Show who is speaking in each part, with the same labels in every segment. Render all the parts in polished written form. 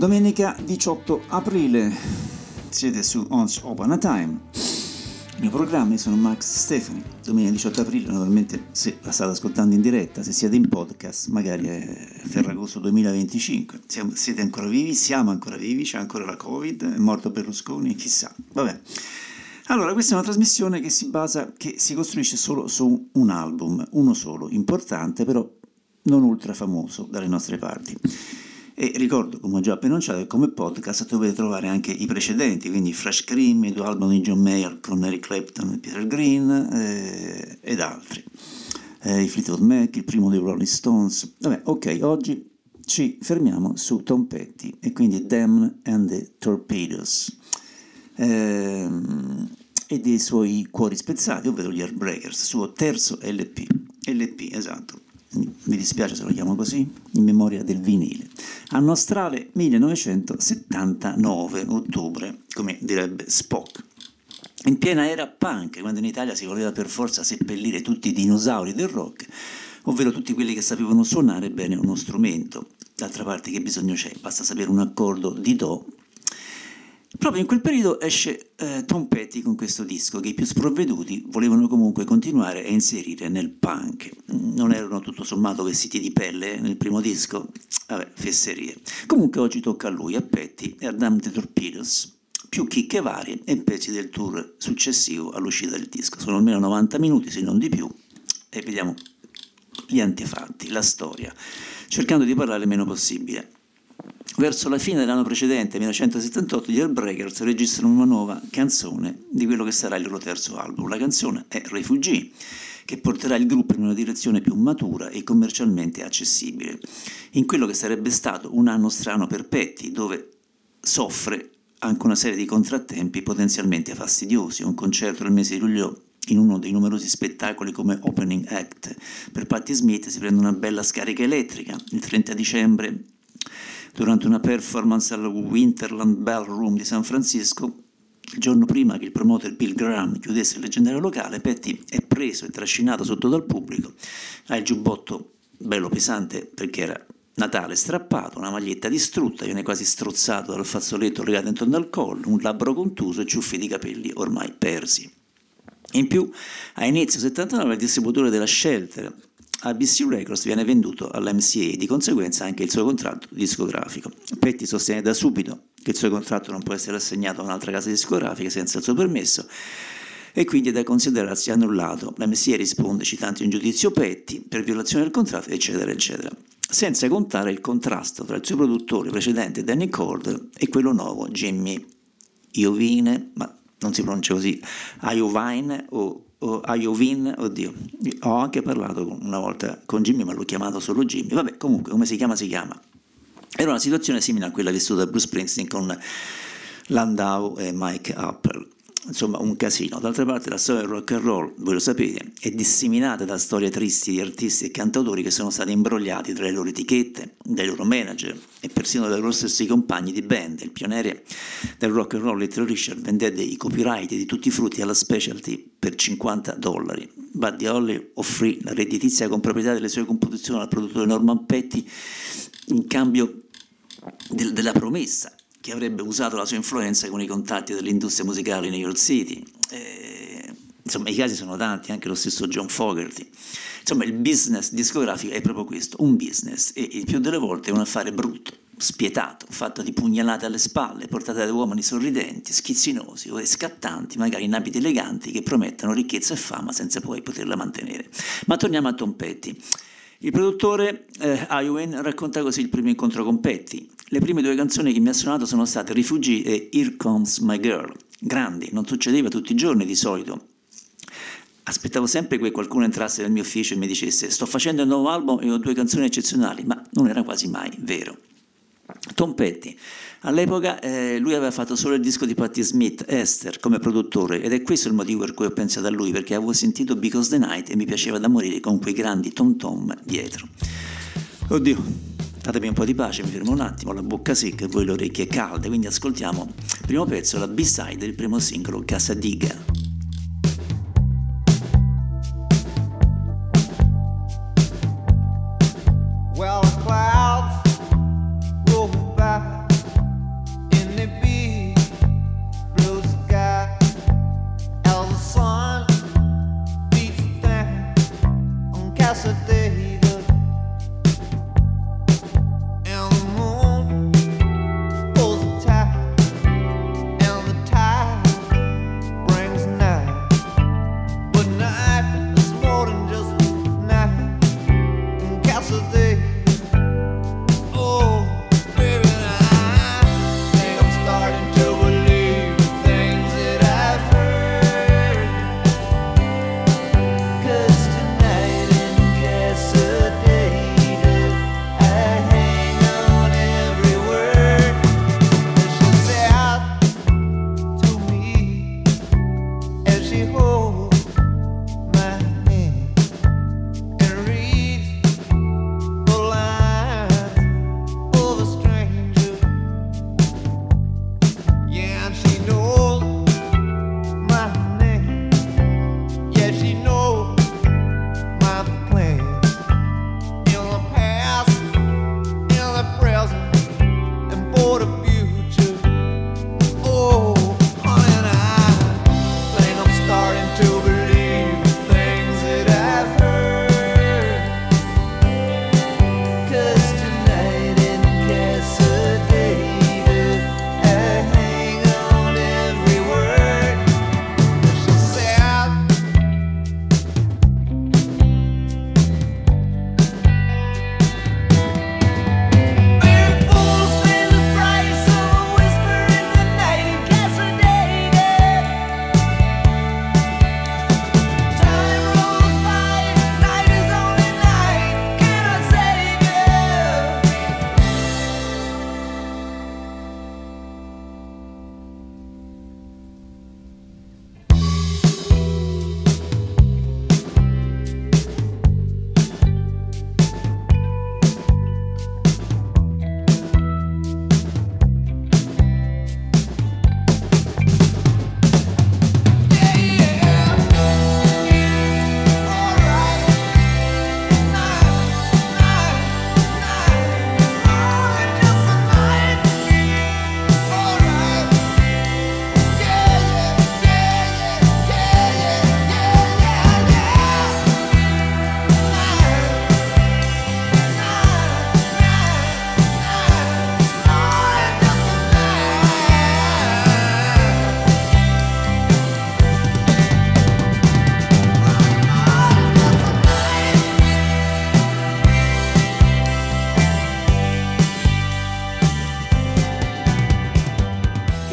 Speaker 1: Domenica 18 aprile, siete su Once Upon a Time. Il mio programma, io sono Max Stefani. Domenica 18 aprile, naturalmente se la state ascoltando in diretta, se siete in podcast, magari è Ferragosto 2025. Siete ancora vivi, siamo ancora vivi, c'è ancora la Covid, è morto Berlusconi, chissà. Vabbè. Allora, questa è una trasmissione che si costruisce solo su un album, uno solo, importante, però non ultra famoso dalle nostre parti. E ricordo, come ho già annunciato, che come podcast dovete trovare anche i precedenti, quindi Fresh Cream, i 2 album di John Mayer con Eric Clapton e Peter Green ed altri, i Fleetwood Mac, il primo dei Rolling Stones. Vabbè, ok, oggi ci fermiamo su Tom Petty e quindi Damned and the Torpedoes e dei suoi cuori spezzati, ovvero gli Heartbreakers, suo terzo LP, esatto. Mi dispiace se lo chiamo così, in memoria del vinile. Anno astrale 1979, ottobre, come direbbe Spock. In piena era punk, quando in Italia si voleva per forza seppellire tutti i dinosauri del rock, ovvero tutti quelli che sapevano suonare bene uno strumento. D'altra parte che bisogno c'è? Basta sapere un accordo di do. Proprio in quel periodo esce Tom Petty con questo disco che i più sprovveduti volevano comunque continuare a inserire nel punk. Non erano tutto sommato vestiti di pelle nel primo disco? Vabbè, fesserie. Comunque oggi tocca a lui, a Petty e a Damned the Torpedoes, più chicche varie e pezzi del tour successivo all'uscita del disco. Sono almeno 90 minuti, se non di più, e vediamo gli antefatti, la storia, cercando di parlare il meno possibile. Verso la fine dell'anno precedente, 1978, gli Heartbreakers registrano una nuova canzone di quello che sarà il loro terzo album. La canzone è Refugee, che porterà il gruppo in una direzione più matura e commercialmente accessibile. In quello che sarebbe stato un anno strano per Petty, dove soffre anche una serie di contrattempi potenzialmente fastidiosi. Un concerto nel mese di luglio in uno dei numerosi spettacoli come opening act per Patti Smith si prende una bella scarica elettrica. Il 30 dicembre, durante una performance al Winterland Ballroom di San Francisco, il giorno prima che il promoter Bill Graham chiudesse il leggendario locale, Petty è preso e trascinato sotto dal pubblico. Ha il giubbotto bello pesante perché era Natale strappato, una maglietta distrutta, viene quasi strozzato dal fazzoletto legato intorno al collo, un labbro contuso e ciuffi di capelli ormai persi. In più, a inizio 79 il distributore della Shelter, ABC Records, viene venduto all'MCA e di conseguenza anche il suo contratto discografico. Petty sostiene da subito che il suo contratto non può essere assegnato a un'altra casa discografica senza il suo permesso e quindi è da considerarsi annullato. L'MCA risponde citando in giudizio Petty per violazione del contratto, eccetera, eccetera. Senza contare il contrasto tra il suo produttore precedente Danny Cord e quello nuovo Jimmy Iovine, ma non si pronuncia così, Iovine o Iovine, oddio, ho anche parlato una volta con Jimmy ma l'ho chiamato solo Jimmy, vabbè, comunque come si chiama. Era una situazione simile a quella vissuta da Bruce Springsteen con Landau e Mike Appel, insomma un casino. D'altra parte la storia del rock and roll, voi lo sapete, è disseminata da storie tristi di artisti e cantautori che sono stati imbrogliati tra le loro etichette, dai loro manager e persino dai loro stessi compagni di band. Il pioniere del rock and roll, Little Richard, vendette i copyright di tutti i frutti alla Specialty per $50. Buddy Holly offrì la redditizia con proprietà delle sue composizioni al produttore Norman Petty in cambio della promessa che avrebbe usato la sua influenza con i contatti dell'industria musicale in New York City. Insomma, i casi sono tanti, anche lo stesso John Fogerty. Insomma, il business discografico è proprio questo, un business, e il più delle volte è un affare brutto, spietato, fatto di pugnalate alle spalle, portate da uomini sorridenti, schizzinosi o scattanti, magari in abiti eleganti, che promettono ricchezza e fama senza poi poterla mantenere. Ma torniamo a Tom Petty. Il produttore Iovine racconta così il primo incontro con Petty. Le prime 2 canzoni che mi ha suonato sono state Refugee e Here Comes My Girl. Grandi, non succedeva tutti i giorni di solito. Aspettavo sempre che qualcuno entrasse nel mio ufficio e mi dicesse sto facendo un nuovo album e ho 2 canzoni eccezionali, ma non era quasi mai vero. Tom Petty, all'epoca lui aveva fatto solo il disco di Patti Smith, Esther, come produttore, ed è questo il motivo per cui ho pensato a lui, perché avevo sentito Because the Night e mi piaceva da morire con quei grandi tom tom dietro. Oddio, datemi un po' di pace, mi fermo un attimo, la bocca secca e voi le orecchie calde, quindi ascoltiamo il primo pezzo, la B-side del primo singolo, Casadiga.
Speaker 2: Well, the clouds roll by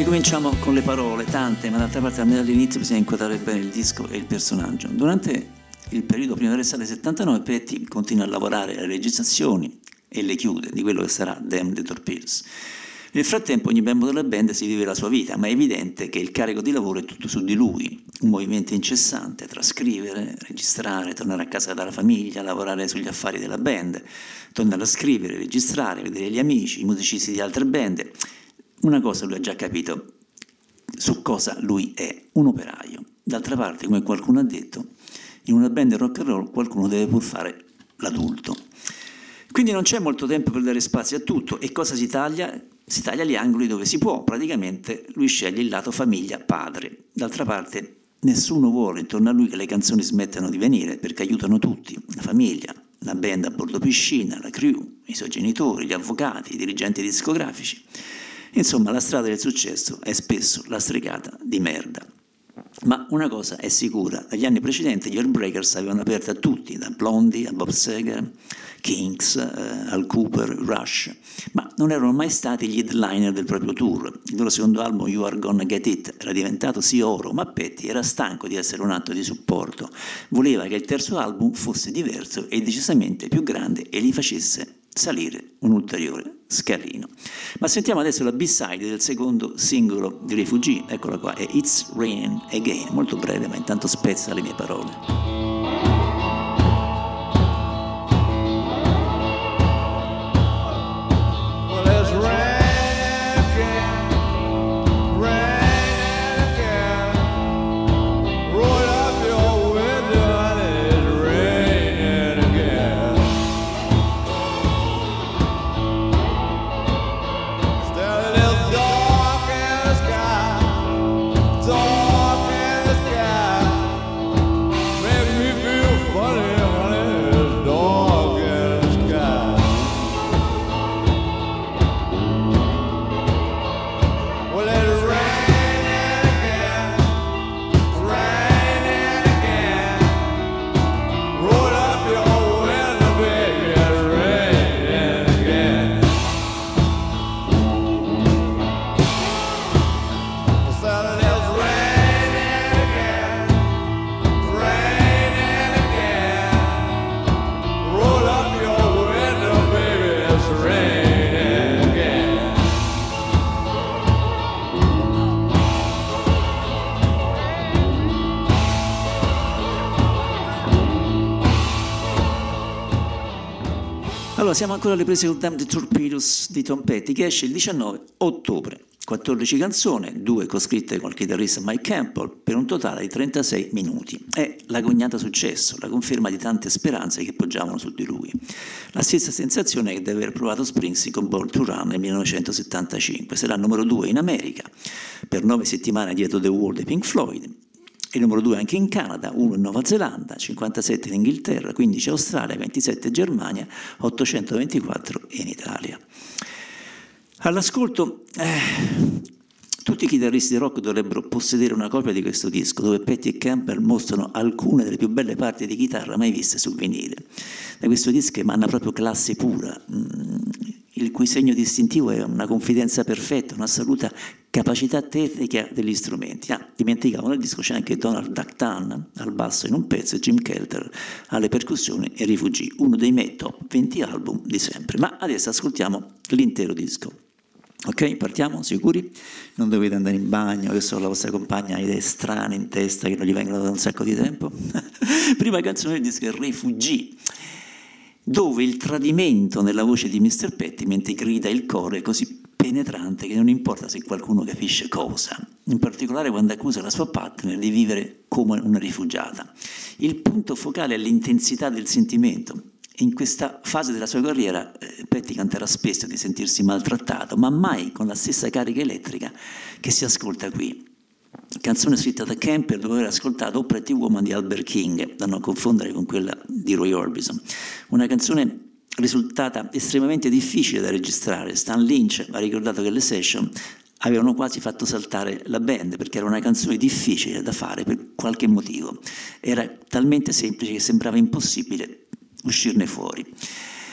Speaker 1: Ricominciamo con le parole, tante, ma d'altra parte almeno all'inizio bisogna inquadrare bene il disco e il personaggio. Durante il periodo prima dell'estate 79 Petty continua a lavorare alle registrazioni e le chiude di quello che sarà Damn the Torpedoes. Nel frattempo ogni membro della band si vive la sua vita, ma è evidente che il carico di lavoro è tutto su di lui, un movimento incessante tra scrivere, registrare, tornare a casa dalla famiglia, lavorare sugli affari della band, tornare a scrivere, registrare, vedere gli amici, i musicisti di altre band. Una cosa lui ha già capito, su cosa lui è, un operaio. D'altra parte, come qualcuno ha detto, in una band rock and roll qualcuno deve pur fare l'adulto. Quindi non c'è molto tempo per dare spazio a tutto. E cosa si taglia? Si taglia gli angoli dove si può. Praticamente lui sceglie il lato famiglia-padre. D'altra parte nessuno vuole intorno a lui che le canzoni smettano di venire, perché aiutano tutti, la famiglia, la band a bordo piscina, la crew, i suoi genitori, gli avvocati, i dirigenti discografici. Insomma, la strada del successo è spesso lastricata di merda. Ma una cosa è sicura, negli anni precedenti gli Heartbreakers avevano aperto a tutti, da Blondie a Bob Seger, Kinks, Al Cooper, Rush, ma non erano mai stati gli headliner del proprio tour. Il loro secondo album, You Are Gonna Get It, era diventato sì oro, ma Petty era stanco di essere un atto di supporto. Voleva che il terzo album fosse diverso e decisamente più grande e gli facesse salire un ulteriore scalino. Ma sentiamo adesso la B-side del secondo singolo di Refugee, eccola qua, è It's Raining Again, molto breve ma intanto spezza le mie parole. Allora, siamo ancora alle prese con Damn the Torpedoes di Tom Petty, che esce il 19 ottobre. 14 canzoni, 2 coscritte col chitarrista Mike Campbell, per un totale di 36 minuti. È l'agognata successo, la conferma di tante speranze che poggiavano su di lui. La stessa sensazione che deve aver provato Springsteen con Born to Run nel 1975. Sarà numero 2 in America, per 9 settimane dietro The Wall dei Pink Floyd, e numero 2 anche in Canada, 1 in Nuova Zelanda, 57 in Inghilterra, 15 in Australia, 27 in Germania, 824 in Italia. All'ascolto, tutti i chitarristi rock dovrebbero possedere una copia di questo disco, dove Petty e Campbell mostrano alcune delle più belle parti di chitarra mai viste su vinile. Da questo disco emana proprio classe pura, il cui segno distintivo è una confidenza perfetta, un'assoluta capacità tecnica degli strumenti. Dimenticavo, nel disco c'è anche Donald Duck Dunn al basso in un pezzo e Jim Kelter alle percussioni e Refugee, uno dei miei top 20 album di sempre. Ma adesso ascoltiamo l'intero disco. Ok, partiamo? Sicuri? Non dovete andare in bagno, adesso la vostra compagna ha idee strane in testa che non gli vengono da un sacco di tempo? Prima canzone del disco è Refugee, dove il tradimento nella voce di Mr. Petty mentre grida il coro è così penetrante che non importa se qualcuno capisce cosa, in particolare quando accusa la sua partner di vivere come una rifugiata. Il punto focale è l'intensità del sentimento. In questa fase della sua carriera Petty canterà spesso di sentirsi maltrattato, ma mai con la stessa carica elettrica che si ascolta qui. Canzone scritta da Campbell dopo aver ascoltato O Pretty Woman di Albert King, da non confondere con quella di Roy Orbison. Una canzone risultata estremamente difficile da registrare. Stan Lynch ha ricordato che le session avevano quasi fatto saltare la band perché era una canzone difficile da fare per qualche motivo. Era talmente semplice che sembrava impossibile uscirne fuori.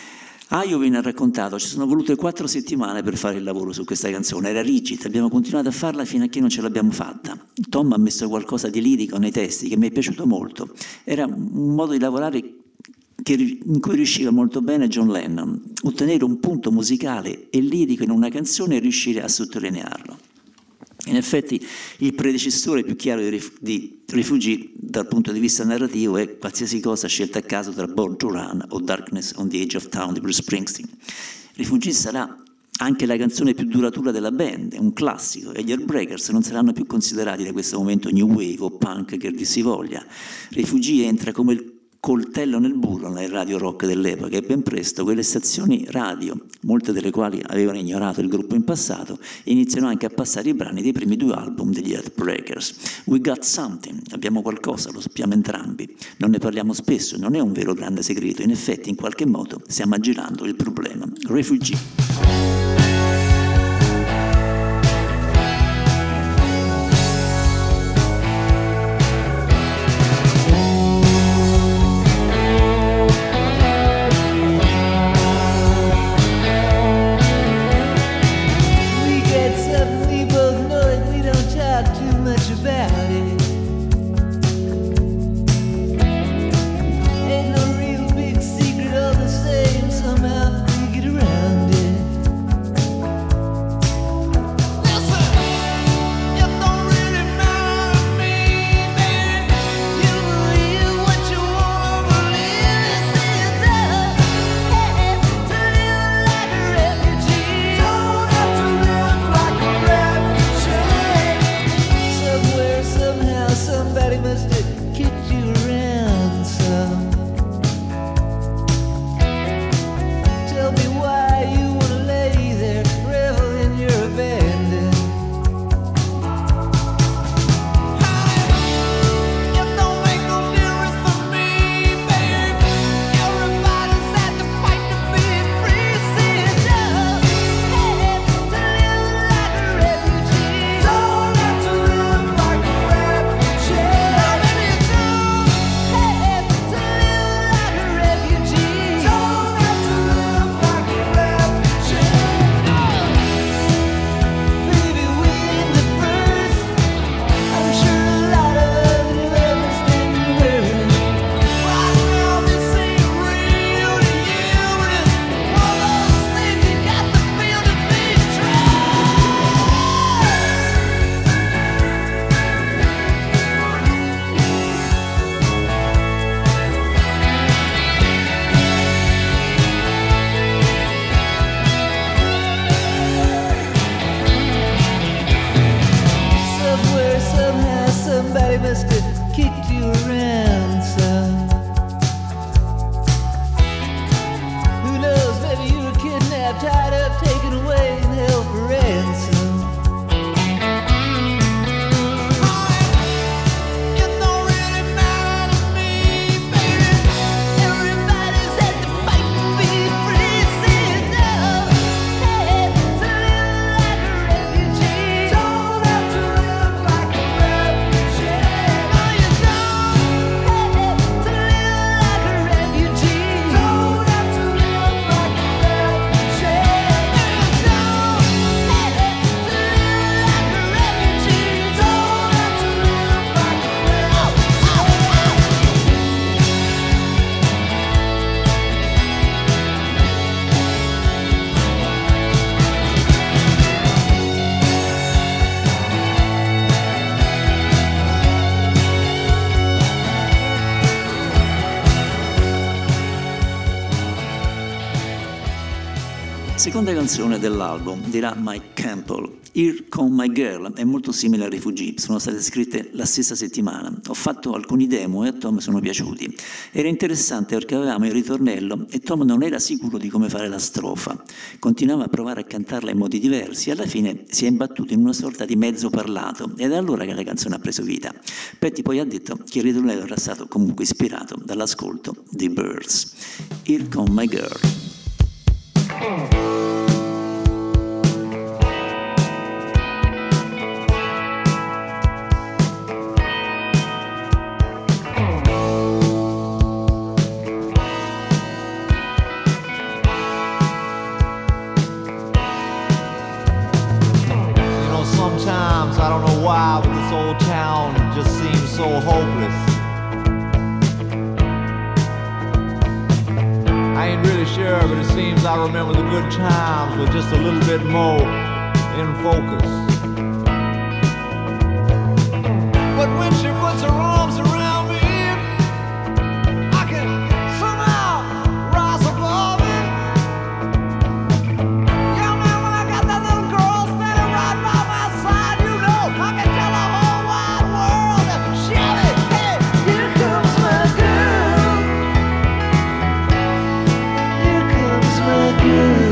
Speaker 1: Iovine ha raccontato, ci sono volute 4 settimane per fare il lavoro su questa canzone, era rigida, abbiamo continuato a farla fino a che non ce l'abbiamo fatta. Tom ha messo qualcosa di lirico nei testi che mi è piaciuto molto, era un modo di lavorare in cui riusciva molto bene John Lennon, ottenere un punto musicale e lirico in una canzone e riuscire a sottolinearlo. In effetti il predecessore più chiaro di Refugee dal punto di vista narrativo è qualsiasi cosa scelta a caso tra Born to Run o Darkness on the Edge of Town di Bruce Springsteen. Refugee sarà anche la canzone più duratura della band, è un classico, e gli Heartbreakers non saranno più considerati da questo momento new wave o punk che dir si voglia. Refugee entra come il coltello nel burro nel radio rock dell'epoca e ben presto quelle stazioni radio, molte delle quali avevano ignorato il gruppo in passato, iniziano anche a passare i brani dei primi 2 album degli Heartbreakers. We got something, abbiamo qualcosa, lo sappiamo entrambi, non ne parliamo spesso, non è un vero grande segreto, in effetti in qualche modo stiamo aggirando il problema. Refugee. Seconda canzone dell'album, dirà Mike Campbell, Here Come My Girl, è molto simile a Refugee, sono state scritte la stessa settimana. Ho fatto alcuni demo e a Tom sono piaciuti. Era interessante perché avevamo il ritornello e Tom non era sicuro di come fare la strofa. Continuava a provare a cantarla in modi diversi e alla fine si è imbattuto in una sorta di mezzo parlato ed è allora che la canzone ha preso vita. Petty poi ha detto che il ritornello era stato comunque ispirato dall'ascolto dei Byrds. Here Come My Girl.
Speaker 2: Sometimes I don't know why, but this old town just seems so hopeless. I ain't really sure, but it seems I remember the good times with just a little bit more in focus. But when she puts her arms around me, I can somehow rise above it. Yeah, man, when I got that little girl standing right by my side, you know, I can tell the whole wide world that Shelly, hey, here comes my girl. Here comes my girl.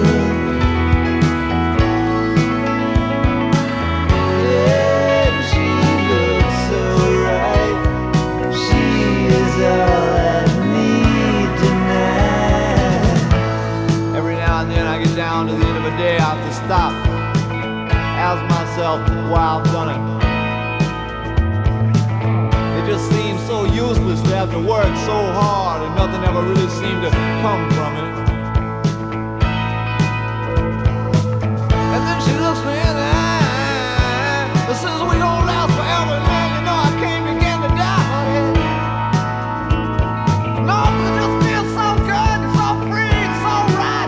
Speaker 2: Down to the end of the day, I have to stop, ask myself why I've done it. It just seems so useless to have to work so hard and nothing ever really seemed to come from it. And then she looks me in the eye and says, we don't last forever, man, you know I can't begin to die, honey. No, it just feels so good, so free, so right.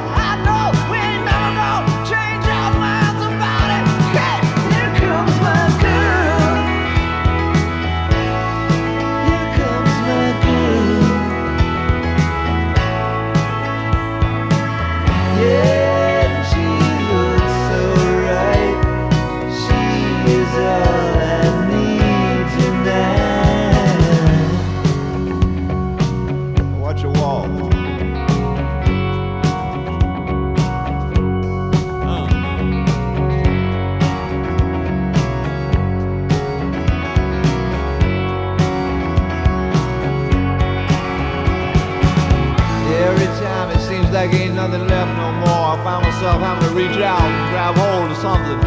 Speaker 2: Like ain't nothing left no more. I find myself having to reach out and grab hold of something.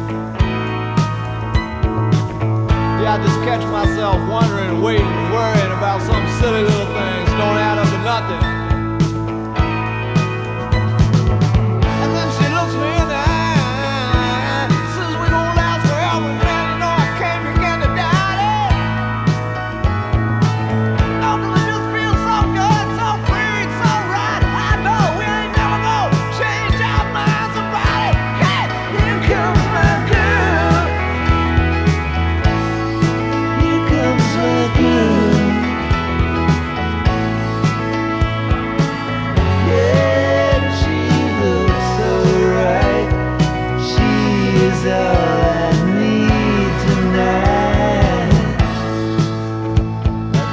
Speaker 2: Yeah, I just catch myself wondering, waiting, worrying about some silly little things don't add up to nothing. And then she looks me in the eye, says we don't last forever, man, you know I can't begin to die. Oh, 'cause it just feels so good, so free, so right. I know we ain't never gonna change our minds about it. Hey, here comes my girl. Here comes my girl. Yeah, she looks so right. She is all I need tonight. That's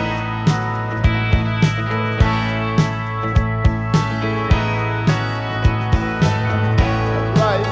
Speaker 2: right.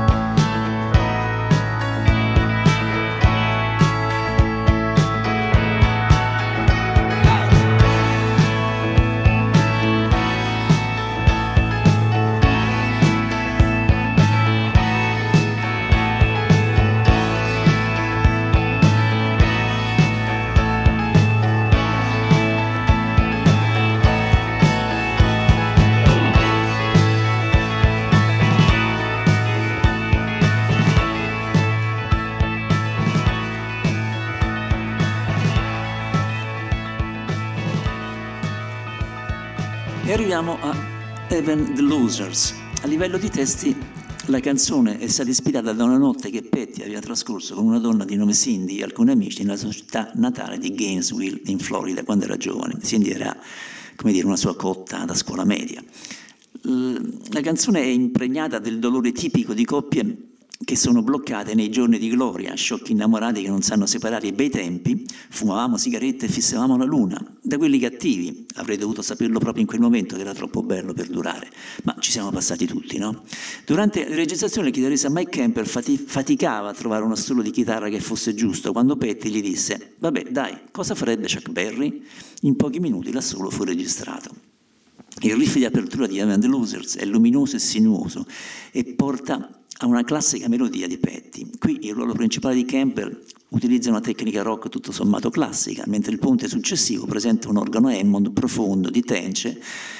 Speaker 1: E arriviamo a Even the Losers. A livello di testi, la canzone è stata ispirata da una notte che Petty aveva trascorso con una donna di nome Cindy e alcuni amici nella sua città natale di Gainesville, in Florida, quando era giovane. Cindy era, come dire, una sua cotta da scuola media. La canzone è impregnata del dolore tipico di coppie che sono bloccate nei giorni di gloria, sciocchi innamorati che non sanno separare i bei tempi, fumavamo sigarette e fissavamo la luna, da quelli cattivi, avrei dovuto saperlo proprio in quel momento che era troppo bello per durare, ma ci siamo passati tutti, no? Durante la registrazione il chitarrista Mike Campbell faticava a trovare uno solo di chitarra che fosse giusto, quando Petty gli disse, vabbè dai, cosa farebbe Chuck Berry? In pochi minuti l'assolo fu registrato. Il riff di apertura di Even the Losers è luminoso e sinuoso e porta a una classica melodia di Petty. Qui il ruolo principale di Campbell utilizza una tecnica rock tutto sommato classica, mentre il ponte successivo presenta un organo Hammond profondo di Tenche,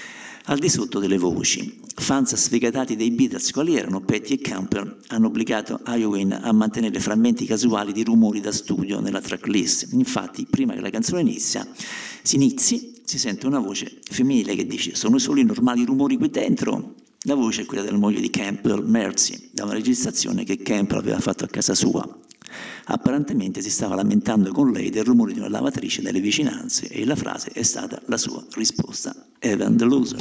Speaker 1: al di sotto delle voci. Fans sfegatati dei Beatles, quali erano Petty e Campbell, hanno obbligato Iowyn a mantenere frammenti casuali di rumori da studio nella tracklist. Infatti, prima che la canzone si inizi, si sente una voce femminile che dice: sono solo i normali rumori qui dentro. La voce è quella della moglie di Campbell, Mercy, da una registrazione che Campbell aveva fatto a casa sua. Apparentemente si stava lamentando con lei del rumore di una lavatrice dalle vicinanze e la frase è stata la sua risposta: Even the Losers.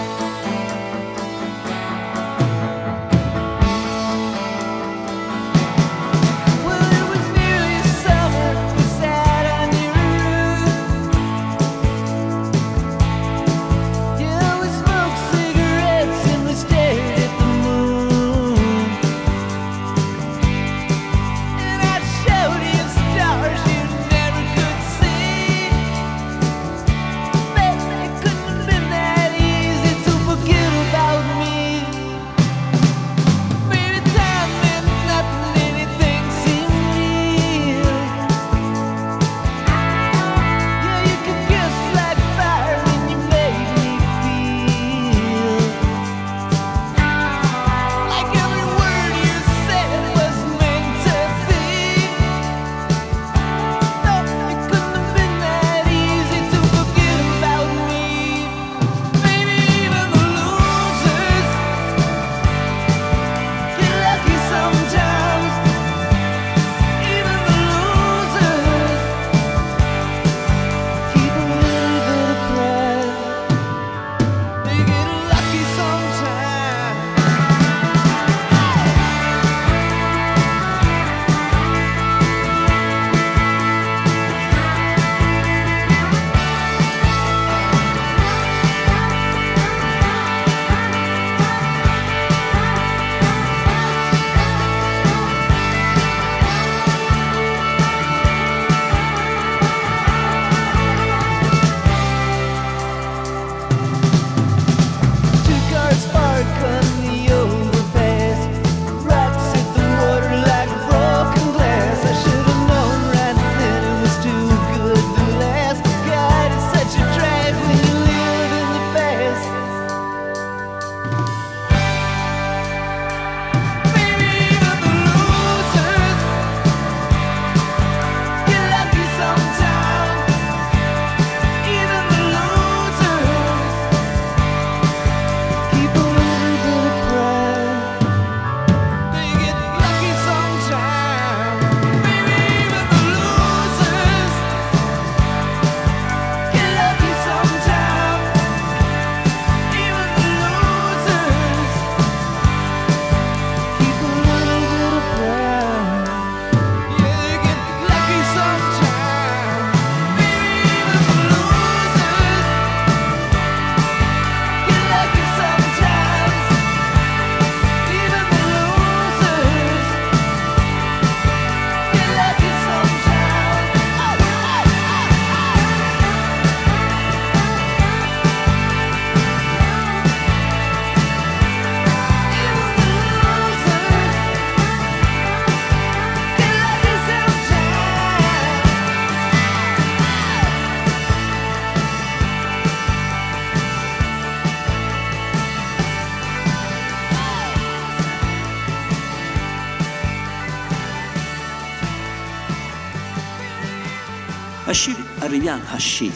Speaker 1: Arriviamo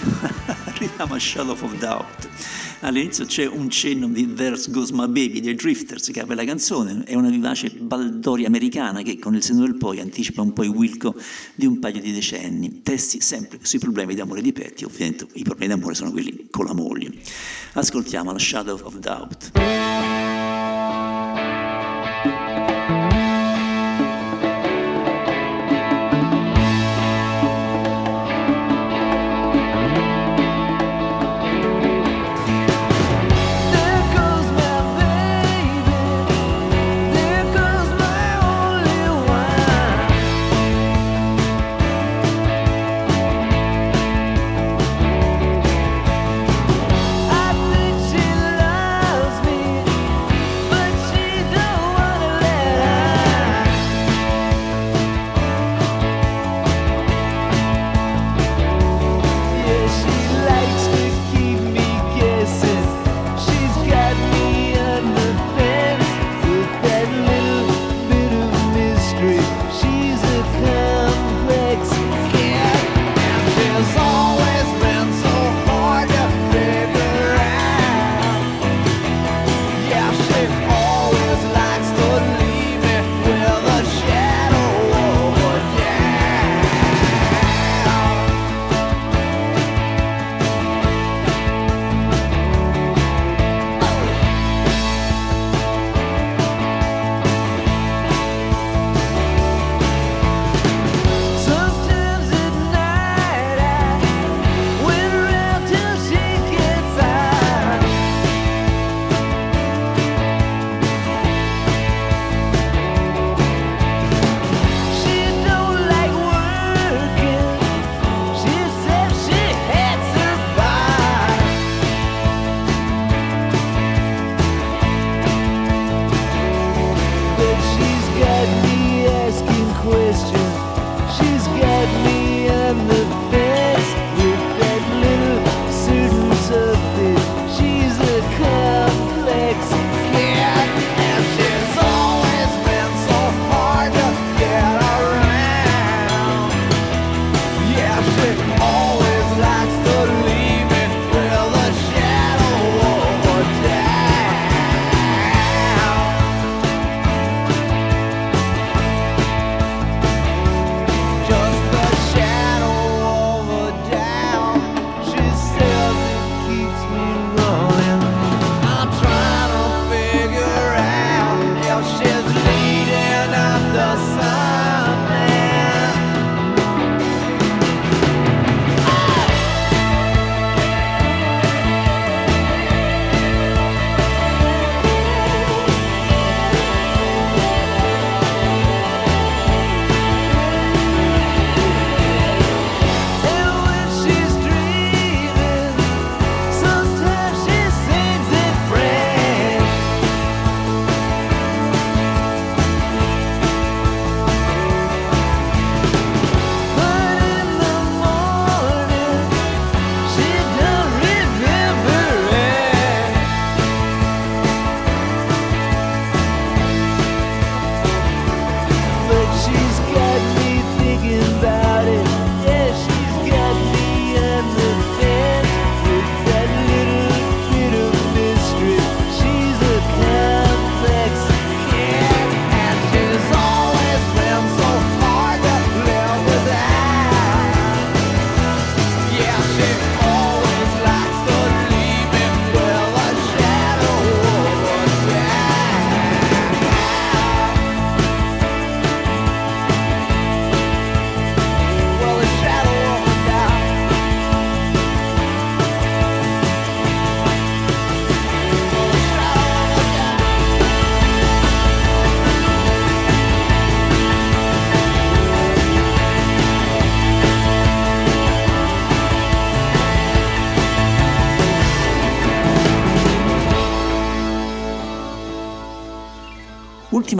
Speaker 1: a Shadow of Doubt. All'inizio c'è un cenno di There Goes My Baby dei Drifters, che apre la canzone. È una vivace baldoria americana che con il senno del poi anticipa un po' il Wilco di un paio di decenni. Testi sempre sui problemi d'amore di Petty. Ovviamente i problemi d'amore sono quelli con la moglie. Ascoltiamo la Shadow of Doubt.
Speaker 2: I think she loves me.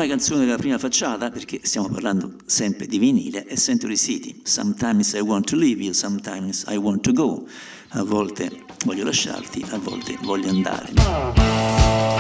Speaker 1: Seconda canzone della prima facciata, perché stiamo parlando sempre di vinile, è Century City. Sometimes I want to leave you, sometimes I want to go. A volte voglio lasciarti, a volte voglio andare.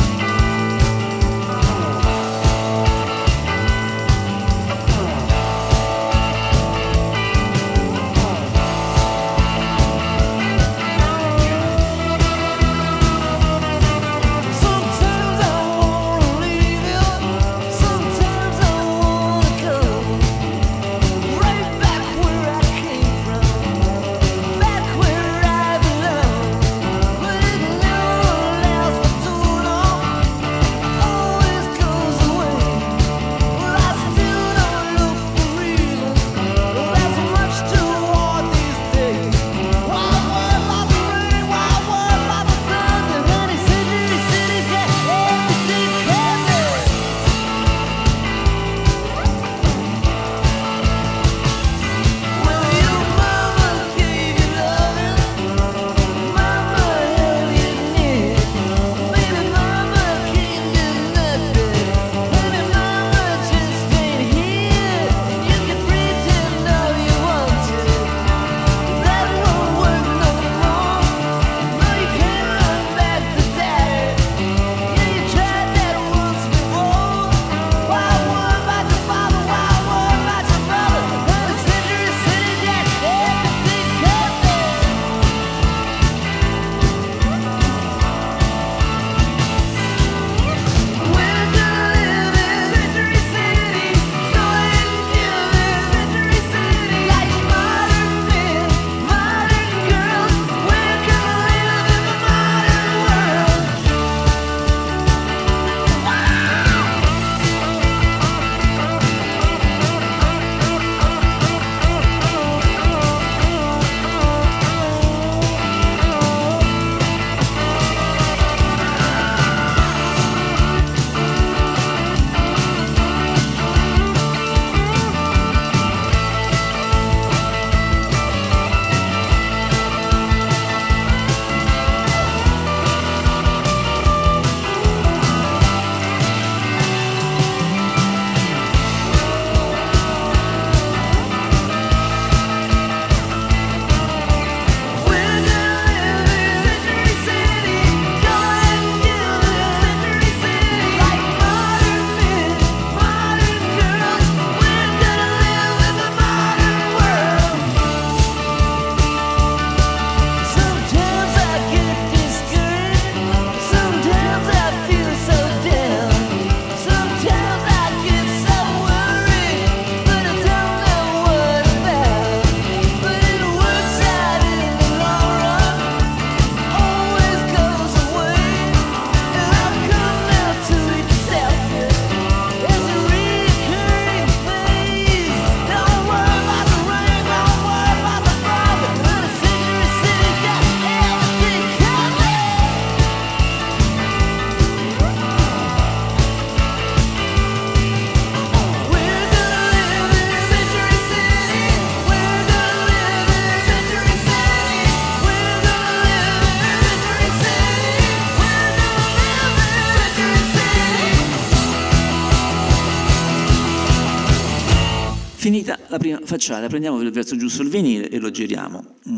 Speaker 1: Finita la prima facciata, prendiamo per il verso giusto il vinile e lo giriamo.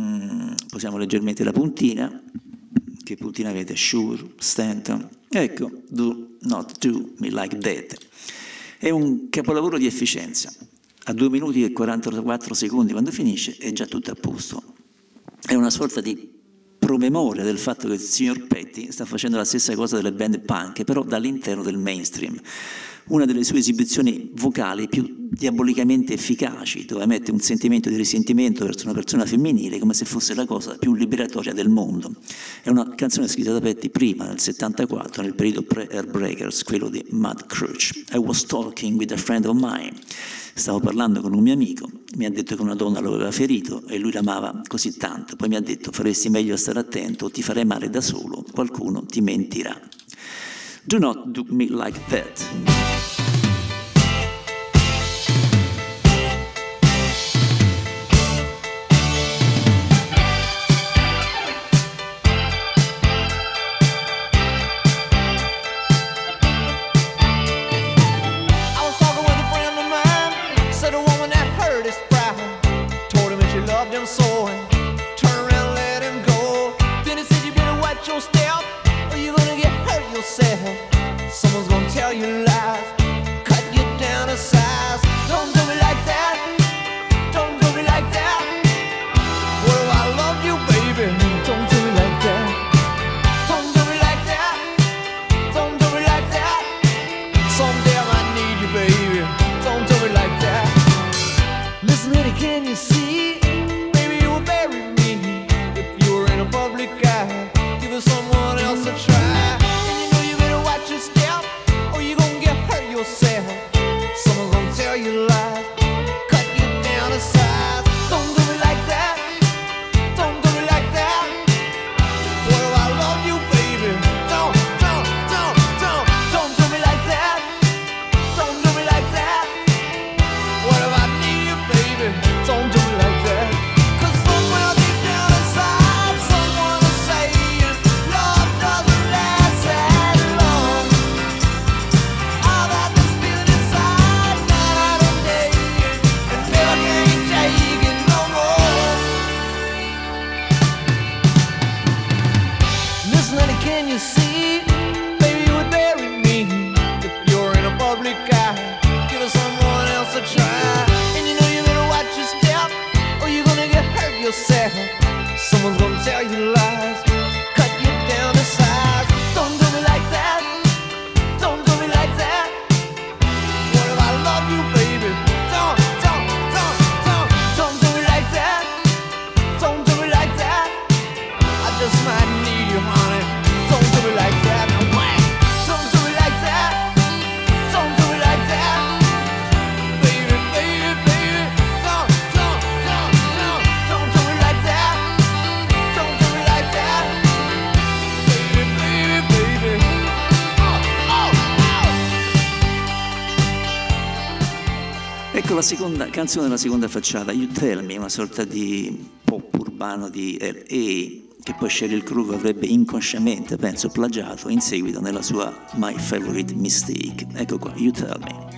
Speaker 1: Posiamo leggermente la puntina. Che puntina avete? Sure, Stanton. Ecco, Do Not Do Me Like That. È un capolavoro di efficienza. A 2 minuti e 44 secondi quando finisce è già tutto a posto. È una sorta di promemoria del fatto che il signor Petty sta facendo la stessa cosa delle band punk, però dall'interno del mainstream. Una delle sue esibizioni vocali più diabolicamente efficaci, dove mette un sentimento di risentimento verso una persona femminile come se fosse la cosa più liberatoria del mondo. È una canzone scritta da Petty prima, nel 74, nel periodo pre-Airbreakers, quello di Mud Crutch. I was talking with a friend of mine. Stavo parlando con un mio amico, mi ha detto che una donna lo aveva ferito e lui l'amava così tanto. Poi mi ha detto: faresti meglio a stare attento, ti farai male da solo, qualcuno ti mentirà. Do not do me like that.
Speaker 2: hurt his pride. Told him that she loved him so and turned around and let him go. Then he said you better watch your step or you're gonna get hurt yourself. Someone's gonna tell you lies, cut you down to size. Don't do me like that, don't do me like that. What if I love you, baby? Don't do me like that. Don't do me like that, don't do me like that. Someday I might need you, baby. Don't do me like that. Listen, honey, can you see? Baby, you will bury me if you were in a public eye. Give it someone else a try. And you know you better watch your step or you gonna get hurt yourself. Someone's gonna tell you lies, cut you down to size. Don't do me like that, don't do me like that. What if I love you, baby? Don't do me like that. Don't do me like that. What if I need you, baby? Don't do me like that. 'Cause somewhere deep down inside, someone is saying love doesn't last that long. I've had this feeling inside night and day, and never can't take it no more. Listen, honey, can you see? Baby, you would bury me if you're in a public eye. Give it someone else a try. And you know you better watch your step or you're gonna get hurt yourself. Someone's gonna tell you lies, cut you down to size. Don't do me like that, don't do me like that. What if I love you, baby? Don't do me like that. Don't do me like that. I just might need you, honey. Don't do me like that. No way. Don't do me like that. Don't do me like that. Baby, baby, baby. Don't do me like that. Don't do me like that. Baby, baby, baby.
Speaker 1: Ecco la seconda canzone della seconda facciata, You Tell Me, una sorta di pop urbano di L.A. che poi Sheryl Crow avrebbe inconsciamente, penso, plagiato in seguito nella sua My Favorite Mistake. Ecco qua, You Tell Me.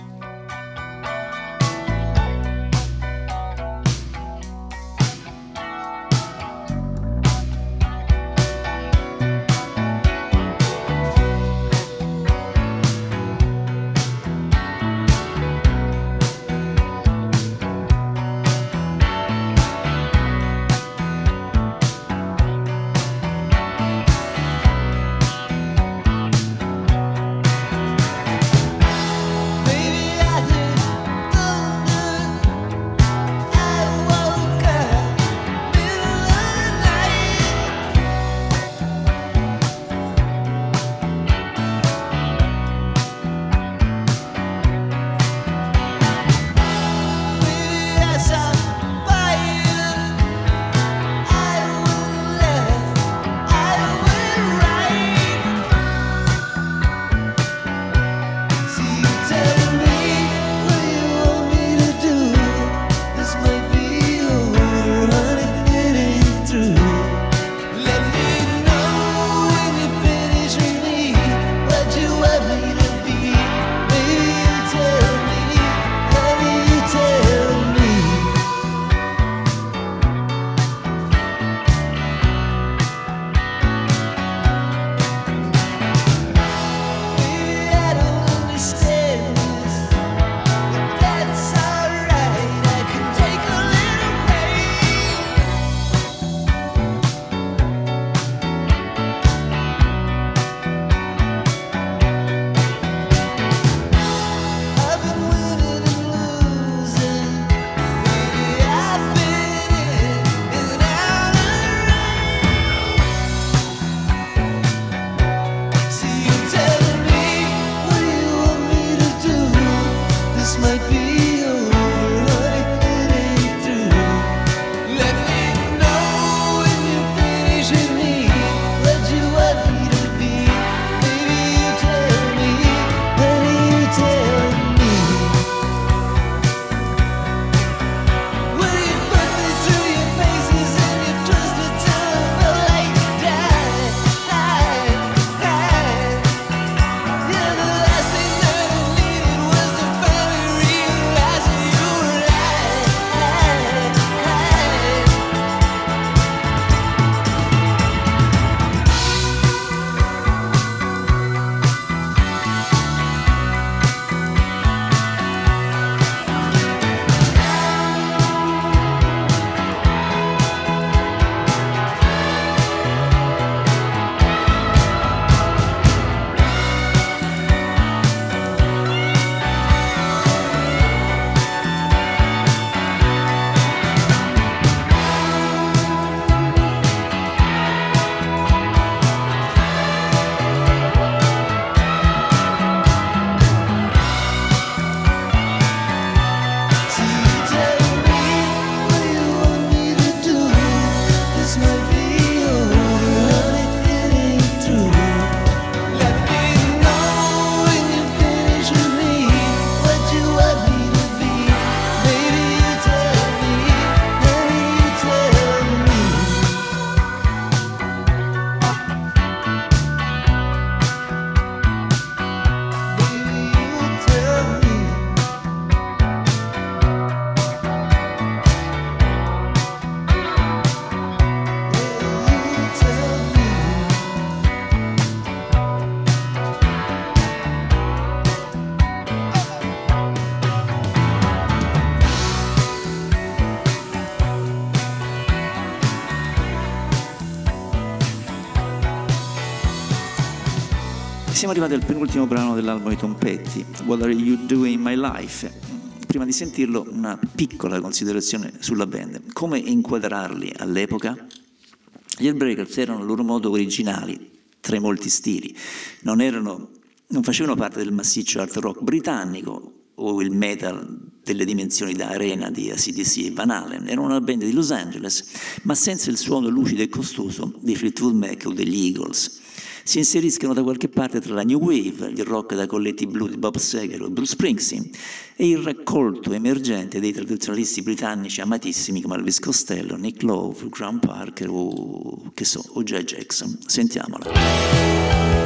Speaker 2: Baby,
Speaker 1: Siamo arrivati al penultimo brano dell'album di Tom Petty, What Are You Doing in My Life? Prima di sentirlo, una piccola considerazione sulla band. Come inquadrarli all'epoca? Gli Heartbreakers erano a loro modo originali, tra i molti stili. Non facevano parte del massiccio art rock britannico o il metal delle dimensioni da arena di AC/DC e Van Halen. Erano una band di Los Angeles, ma senza il suono lucido e costoso dei Fleetwood Mac o degli Eagles. Si inseriscono da qualche parte tra la New Wave, il rock da colletti blu di Bob Seger o Bruce Springsteen e il raccolto emergente dei tradizionalisti britannici amatissimi come Elvis Costello, Nick Lowe, Graham Parker o Jay Jackson. Sentiamola.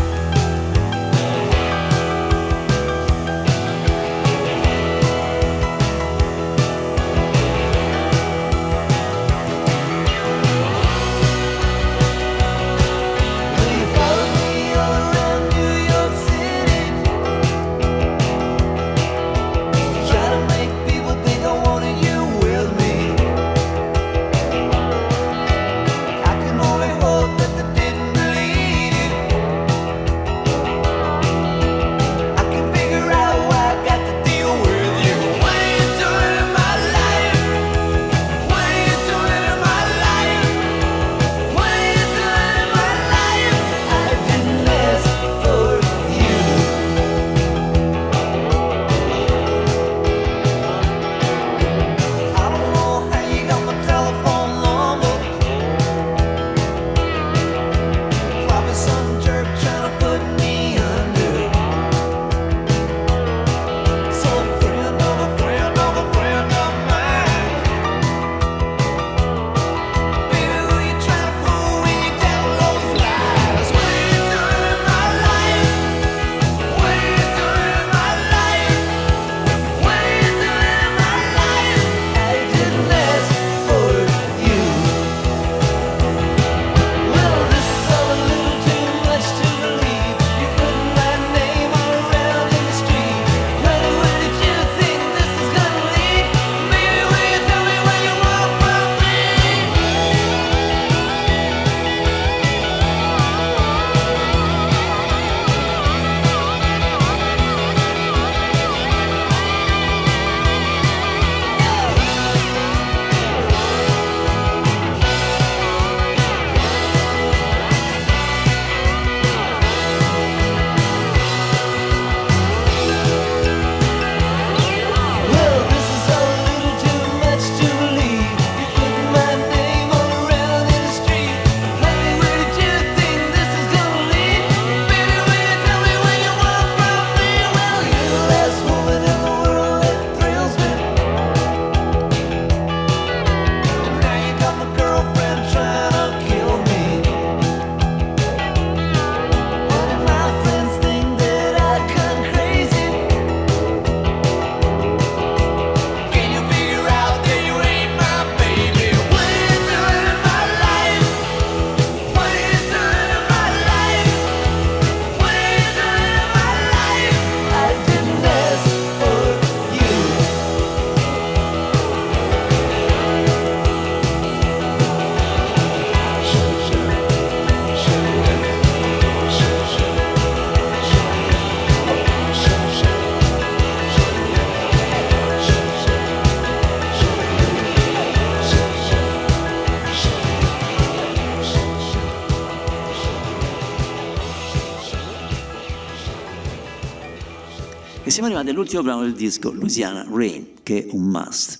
Speaker 1: E siamo arrivati all'ultimo brano del disco, Louisiana Rain, che è un must.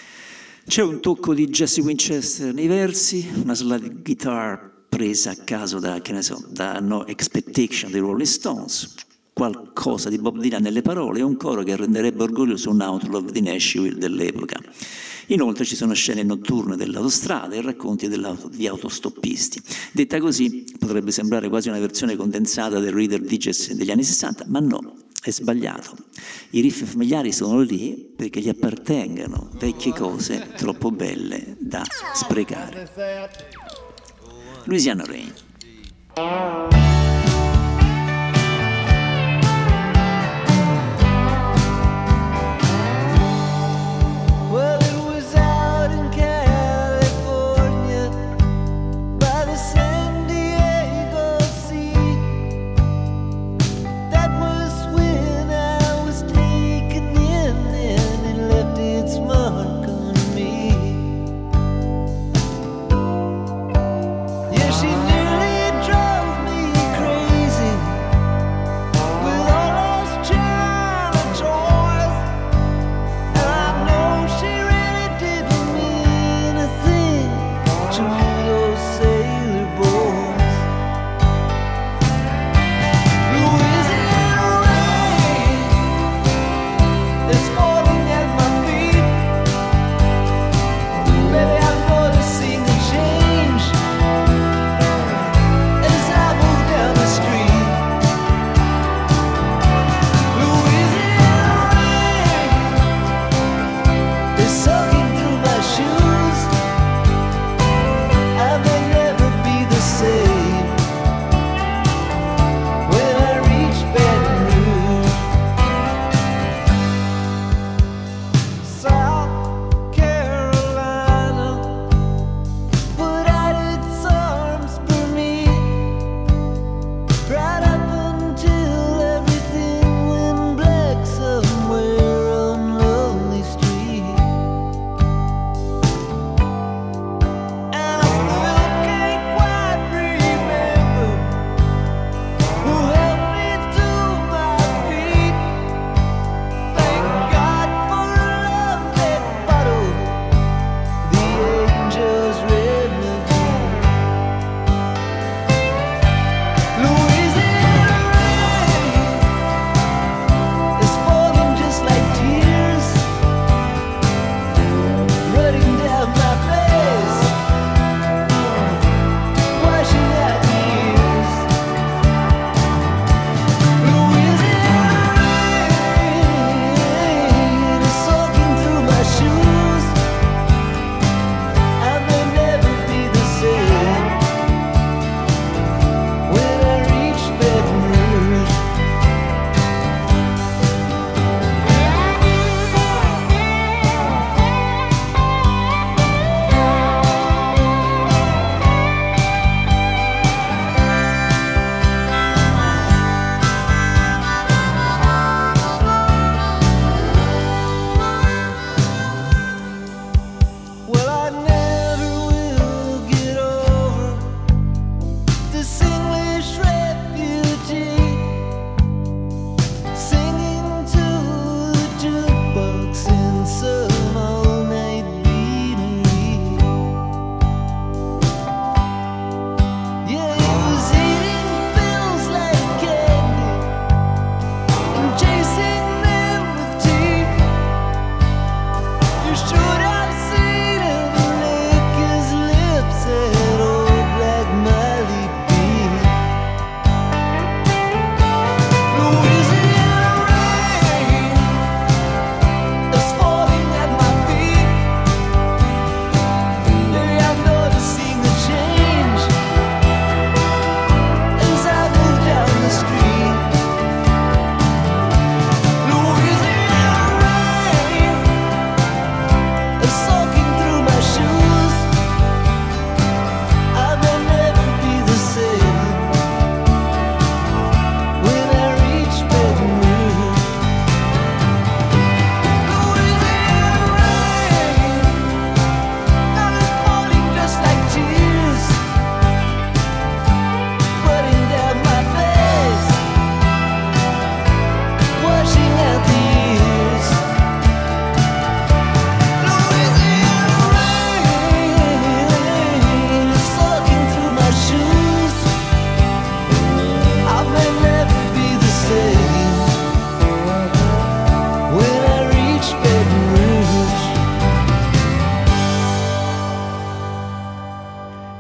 Speaker 1: C'è un tocco di Jesse Winchester nei versi, una slide guitar presa a caso da No Expectation dei Rolling Stones, qualcosa di Bob Dylan nelle parole e un coro che renderebbe orgoglioso un outlaw di Nashville dell'epoca. Inoltre ci sono scene notturne dell'autostrada e racconti di autostoppisti. Detta così potrebbe sembrare quasi una versione condensata del Reader Digest degli anni 60, ma no, è sbagliato. I riff familiari sono lì perché gli appartengono vecchie cose troppo belle da sprecare. Louisiana Rain.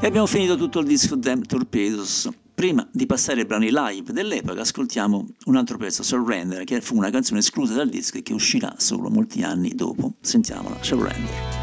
Speaker 1: E abbiamo finito tutto il disco Damn Torpedoes. Prima di passare ai brani live dell'epoca, ascoltiamo un altro pezzo, Surrender, che fu una canzone esclusa dal disco e che uscirà solo molti anni dopo. Sentiamola, Surrender.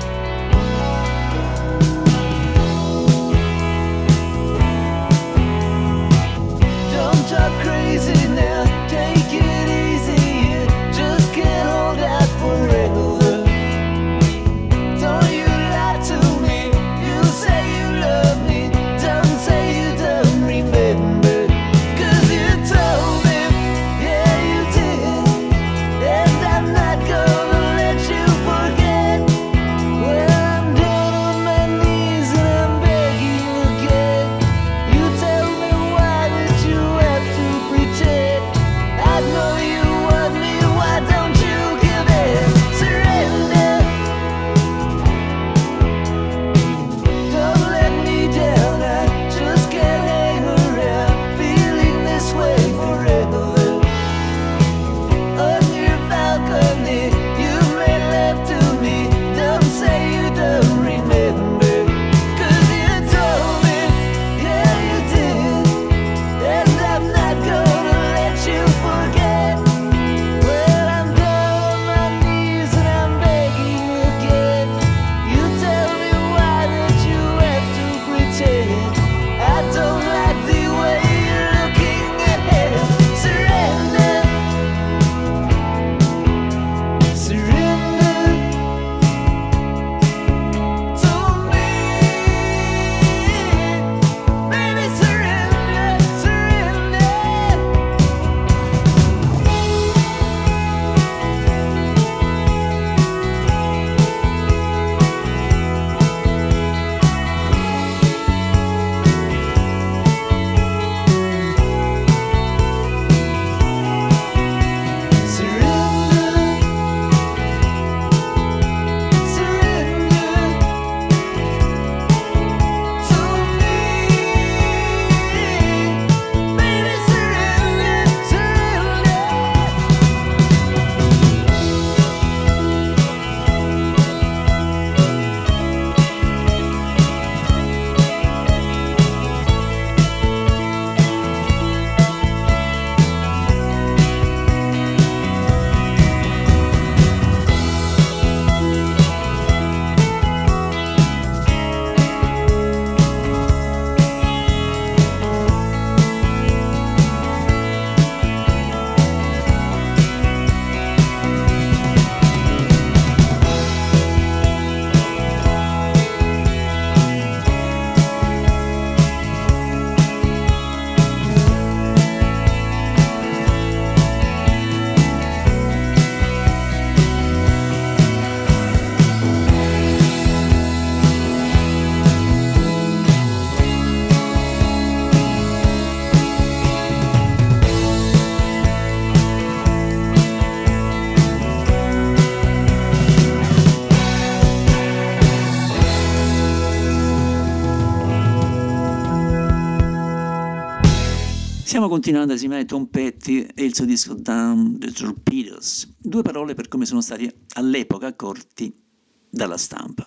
Speaker 2: Talk crazy now, take it easy, you just can't hold out forever. Don't you lie to me, you say you love me, don't say you don't remember. 'Cause you told me, yeah you did, and I'm not gonna let you forget. Well I'm down on my knees and I'm begging again. You tell me why did you have to pretend? I know you want me, why don't you give in? Surrender. Don't let me down, I just can't hang around, feeling this way forever. On your balcony, you made love to me, don't say you don't remember. 'Cause you told me, yeah you did, and I'm not gonna let you forget. Well I'm down on my knees and I'm begging again. You tell me why did you have to pretend? I don't like the way you're looking ahead. Surrender. Surrender to me. Baby surrender, surrender.
Speaker 1: Stiamo continuando a esaminare Tom Petty e il suo disco Down the Torpedoes. Due parole per come sono stati all'epoca accolti dalla stampa.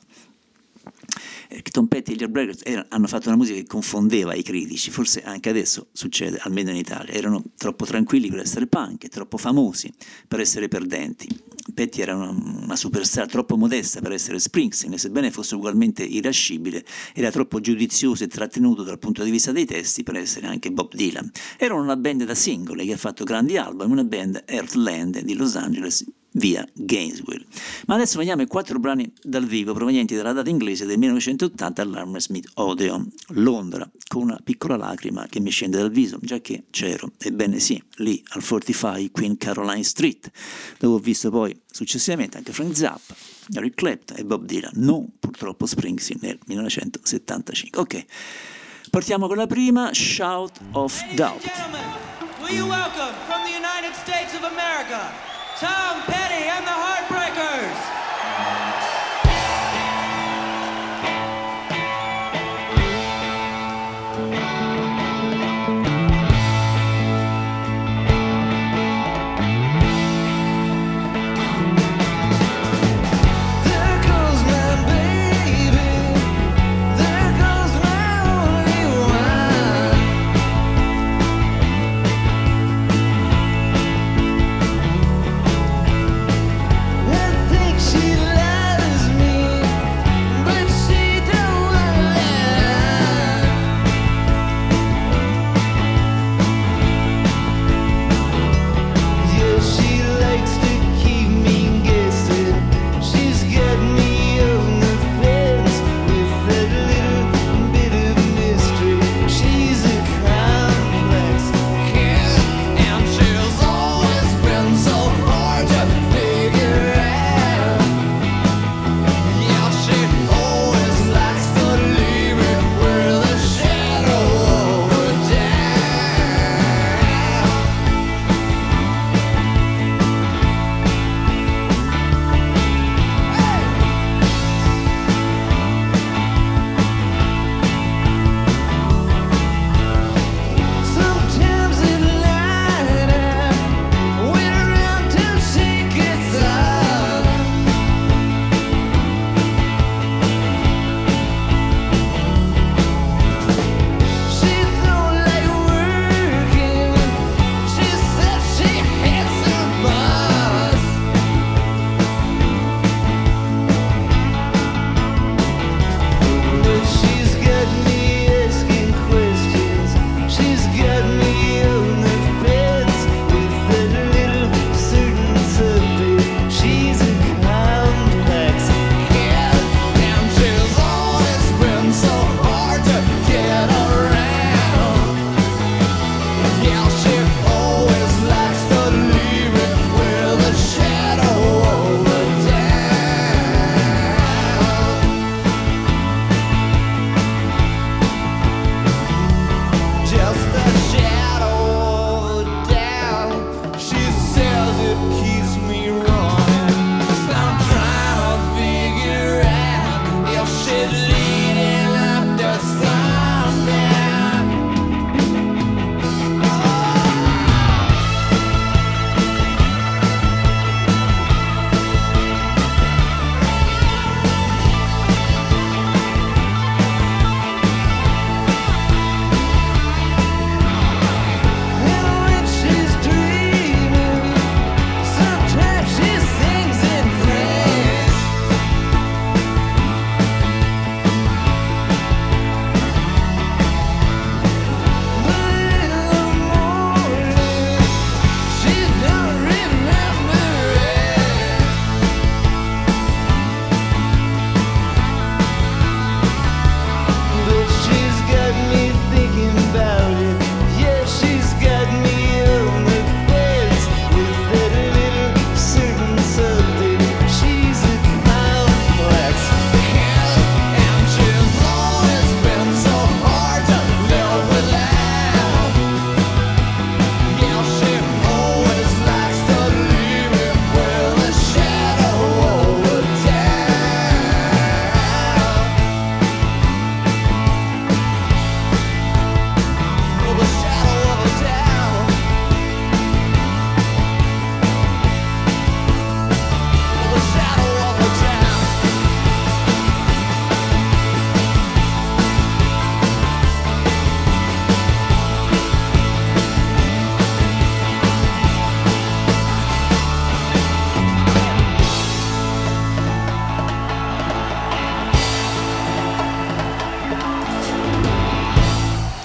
Speaker 1: Tom Petty e gli Heartbreakers hanno fatto una musica che confondeva i critici, forse anche adesso succede, almeno in Italia. Erano troppo tranquilli per essere punk, troppo famosi per essere perdenti. Petty era una superstar troppo modesta per essere Springsteen, e sebbene fosse ugualmente irascibile, era troppo giudizioso e trattenuto dal punto di vista dei testi per essere anche Bob Dylan. Erano una band da singoli che ha fatto grandi album, una band Heartland di Los Angeles via Gainesville. Ma adesso vediamo i 4 brani dal vivo provenienti dalla data inglese del 1980 all'Hammersmith Odeon, Londra, con una piccola lacrima che mi scende dal viso, già che c'ero, ebbene sì, lì al 45 Queen Caroline Street, dove ho visto poi successivamente anche Frank Zappa, Eric Clapton e Bob Dylan, non purtroppo Springsteen nel 1975. Ok, partiamo con la prima, Shout of Doubt.
Speaker 3: Will you welcome from the United States of America, Tom Petty and the Heartbreakers.
Speaker 2: There goes my baby, there goes my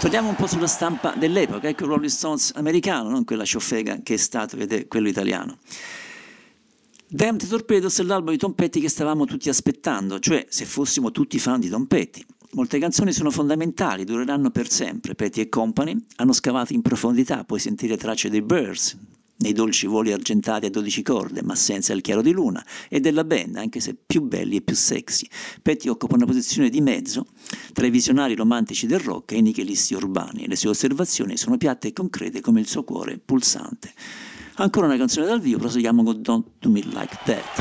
Speaker 1: Torniamo un po' sulla stampa dell'epoca, ecco il Rolling Stones americano, non quella ciofega che è stato ed è quello italiano. Damned Torpedoes è l'album di Tom Petty che stavamo tutti aspettando, cioè se fossimo tutti fan di Tom Petty. Molte canzoni sono fondamentali, dureranno per sempre. Petty e Company hanno scavato in profondità, puoi sentire tracce dei Birds, nei dolci voli argentati a 12 corde, ma senza il chiaro di luna, e della band, anche se più belli e più sexy. Petty occupa una posizione di mezzo tra i visionari romantici del rock e i nichilisti urbani, e le sue osservazioni sono piatte e concrete come il suo cuore pulsante. Ancora una canzone dal vivo, proseguiamo con Don't Do Me Like That.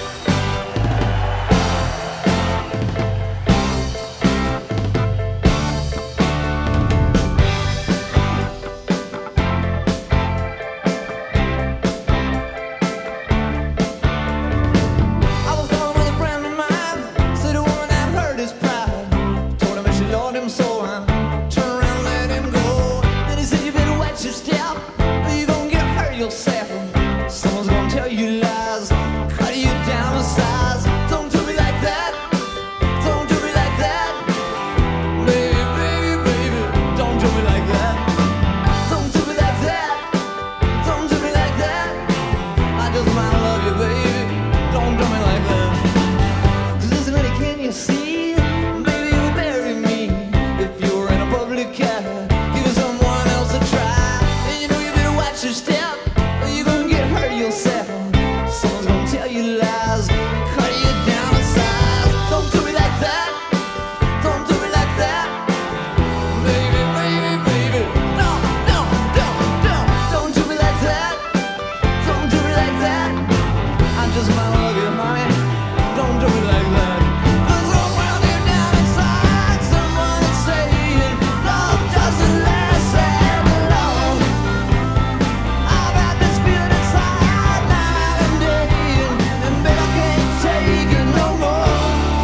Speaker 2: Someone's gonna tell you lies, cut you down to size. Don't do me like that, don't do me like that. Baby, baby, baby, don't do me like that. Don't do me like that, don't do me like that. I just might love you, baby, don't do me like that. Listen, honey, can you see? Baby, you bury me if you're in a public car. Give someone else a try, and you know you better watch your step. Someone's gonna tell you lies, cut you down to size. Don't do me like that, don't do me like that. Baby, baby, baby, no, no, don't do me like that, don't do me like that. I just might love you, honey, don't do me like that. Cause I'm running down inside, someone is saying love doesn't last that long. I've had this feeling inside night and day, and baby, I can't take it no more.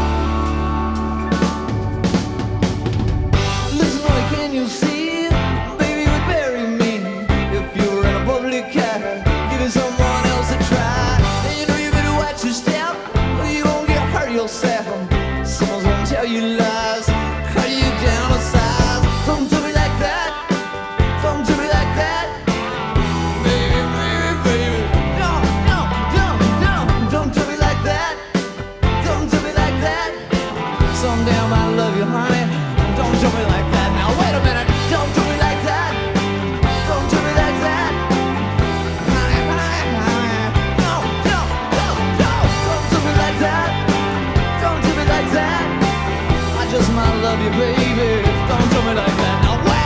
Speaker 2: Listen, honey, can you see? Baby, you would bury me if you were in a public car, giving someone else a try. And you know you better watch your step, or you won't get hurt yourself. Someone's gonna tell you lies, cut you down to size. Don't do me like that, don't do me like that. Baby, baby, baby, no, no, don't do me like that, don't do me like that. Someday I might love you, honey, don't do me like that. Now wait a minute, don't do me like that, don't do me like that. Honey, honey, honey, no, don't do me like that, don't do me like that. I just might love you, baby, don't do me like that. Now wait.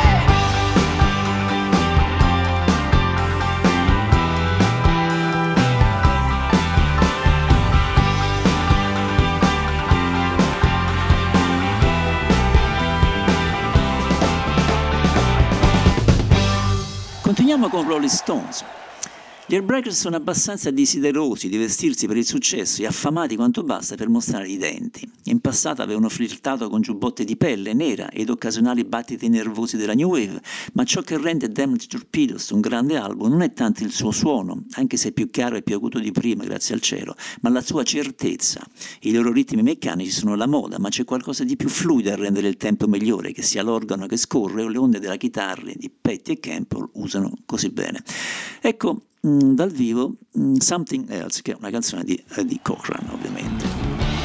Speaker 1: Continuiamo con Rolling Stones. Gli Heartbreakers sono abbastanza desiderosi di vestirsi per il successo e affamati quanto basta per mostrare i denti. In passato avevano flirtato con giubbotte di pelle nera ed occasionali battiti nervosi della New Wave, ma ciò che rende Damned Torpedoes un grande album non è tanto il suo suono, anche se più chiaro e più acuto di prima, grazie al cielo, ma la sua certezza. I loro ritmi meccanici sono la moda, ma c'è qualcosa di più fluido a rendere il tempo migliore, che sia l'organo che scorre o le onde della chitarra di Petty e Campbell usano così bene. Ecco, dal vivo Something Else, che è una canzone di Cochran, ovviamente.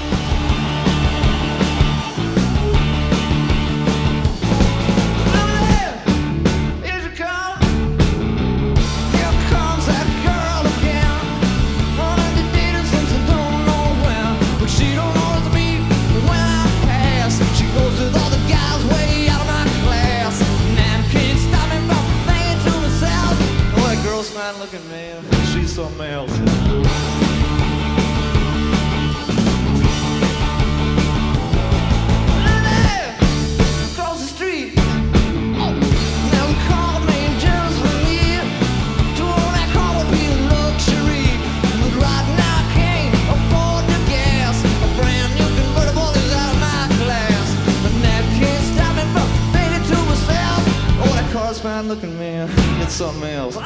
Speaker 2: Look at me, she's something else. Across the street, now we call the main just for me. To own that car would be a luxury, but right now I can't afford the gas. A brand new convertible is out of my class, but that can't stop me from thinking to myself, oh, that car's fine, look at me, it's something else.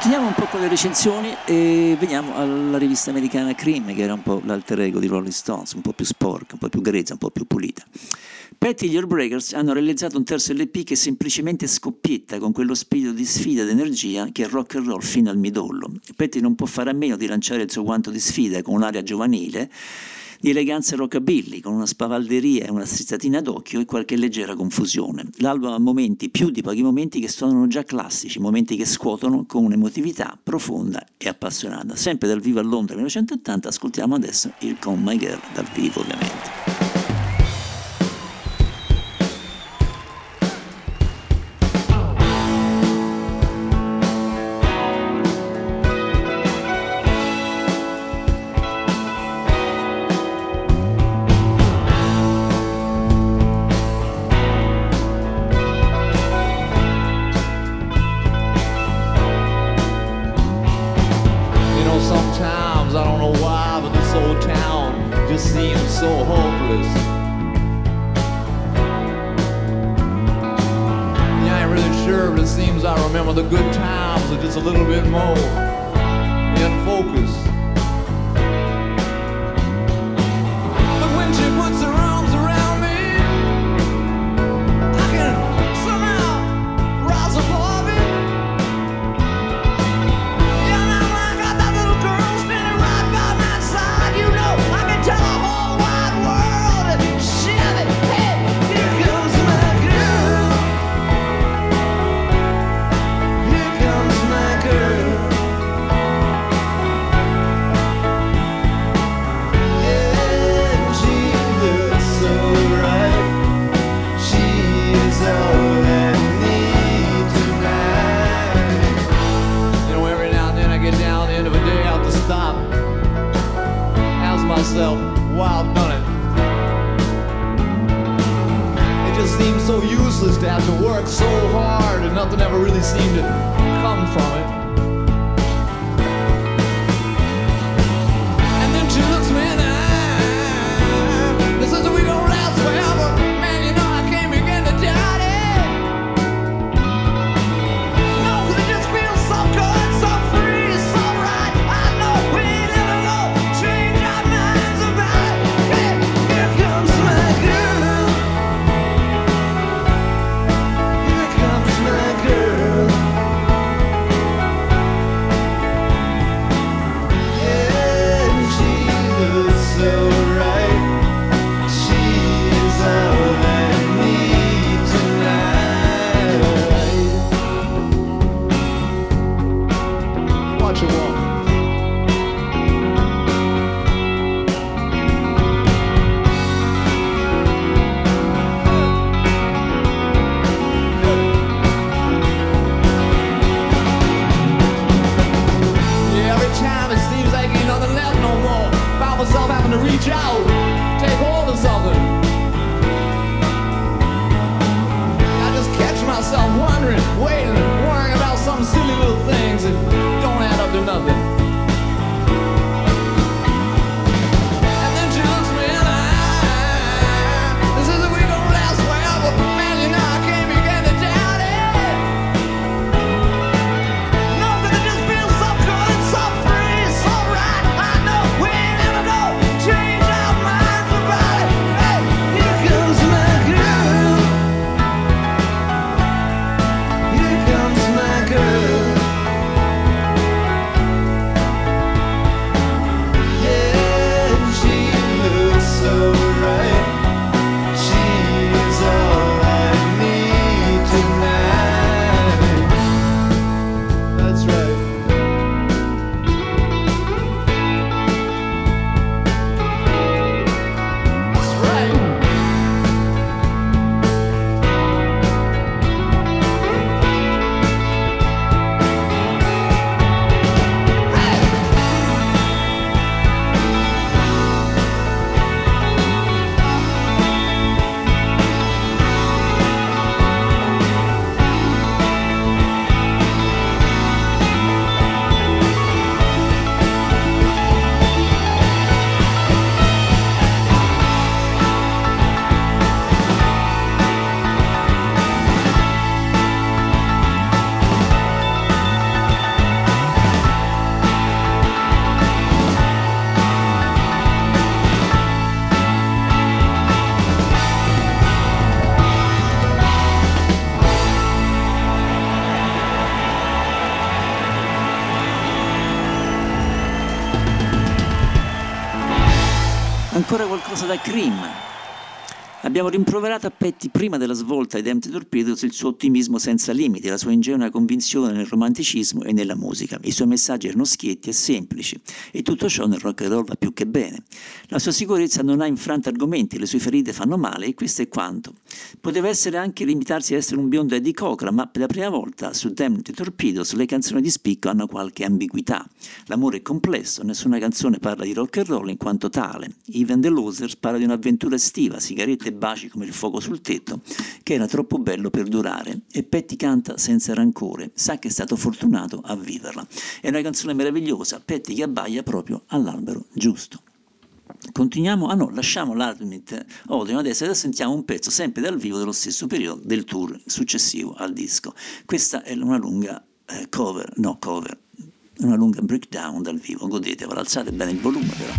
Speaker 1: Continuiamo un po' con le recensioni e veniamo alla rivista americana Cream, che era un po' l'alter ego di Rolling Stones, un po' più sporca, un po' più grezza, un po' più pulita. Patty e gli Heartbreakers hanno realizzato un terzo LP che semplicemente scoppietta con quello spirito di sfida ed energia che è rock and roll fino al midollo. Patty non può fare a meno di lanciare il suo guanto di sfida con un'aria giovanile, di eleganza rockabilly, con una spavalderia e una strizzatina d'occhio e qualche leggera confusione. L'album ha momenti, più di pochi momenti, che suonano già classici, momenti che scuotono con un'emotività profonda e appassionata. Sempre dal vivo a Londra 1980, ascoltiamo adesso il Come My Girl dal vivo, ovviamente.
Speaker 4: The good times are just a little bit more in focus. But when she puts her arms around me, I can somehow rise above it. Yeah, now I got that little girl standing right by my side. You know, I can tell the whole wide world and shove it. Hey, here comes my girl. Myself, wow, I've done it. It just seems so useless to have to work so hard and nothing ever really seemed to come from it. And then she looks me in the eye and says we don't last forever. Man, you know I can't begin to doubt it. No, 'cause it just feels so good, so free, so right. I know we never go change our minds about it. Hey, here comes my girl. Here comes my girl.
Speaker 1: ancora qualcosa da Cream. Abbiamo rimproverato a Petty prima della svolta ai Empty Torpedoes il suo ottimismo senza limiti, la sua ingenua convinzione nel romanticismo e nella musica. I suoi messaggi erano schietti e semplici e tutto ciò nel rock and roll va più che bene. La sua sicurezza non ha infranto argomenti, le sue ferite fanno male e questo è quanto. Poteva essere anche limitarsi a essere un biondo Eddie Cochran, ma per la prima volta su Empty Torpedoes le canzoni di spicco hanno qualche ambiguità. L'amore è complesso, nessuna canzone parla di rock and roll in quanto tale. Even the Losers parla di un'avventura estiva, sigarette e baci come il fuoco sul tetto, che era troppo bello per durare, e Petty canta senza rancore, sa che è stato fortunato a viverla. È una canzone meravigliosa, Petty che abbaia proprio all'albero giusto. Continuiamo, lasciamo l'Ultimate Odeon, adesso sentiamo un pezzo sempre dal vivo dello stesso periodo del tour successivo al disco. Questa è una lunga una lunga breakdown dal vivo, godetevela, alzate bene il volume però.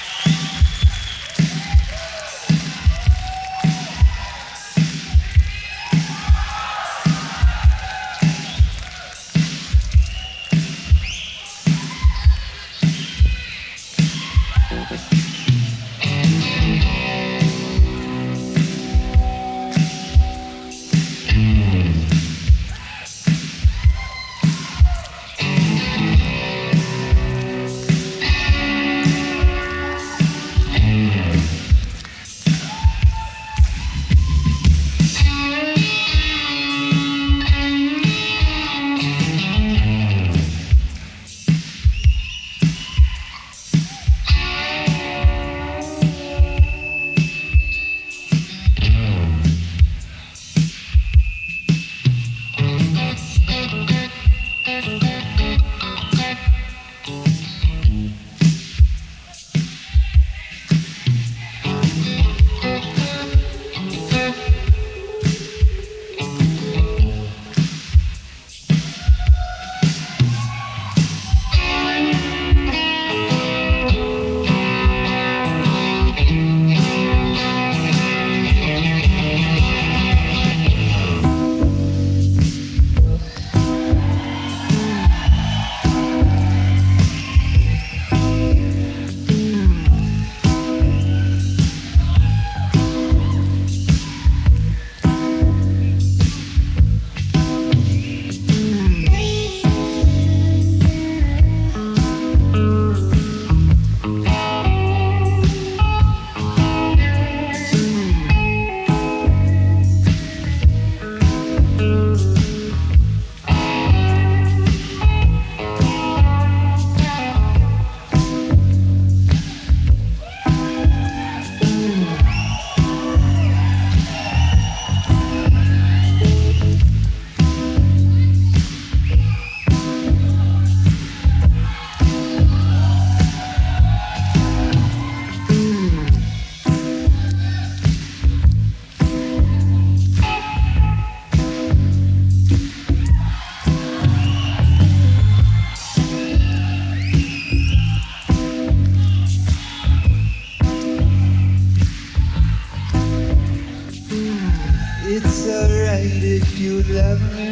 Speaker 5: It's alright if you love me.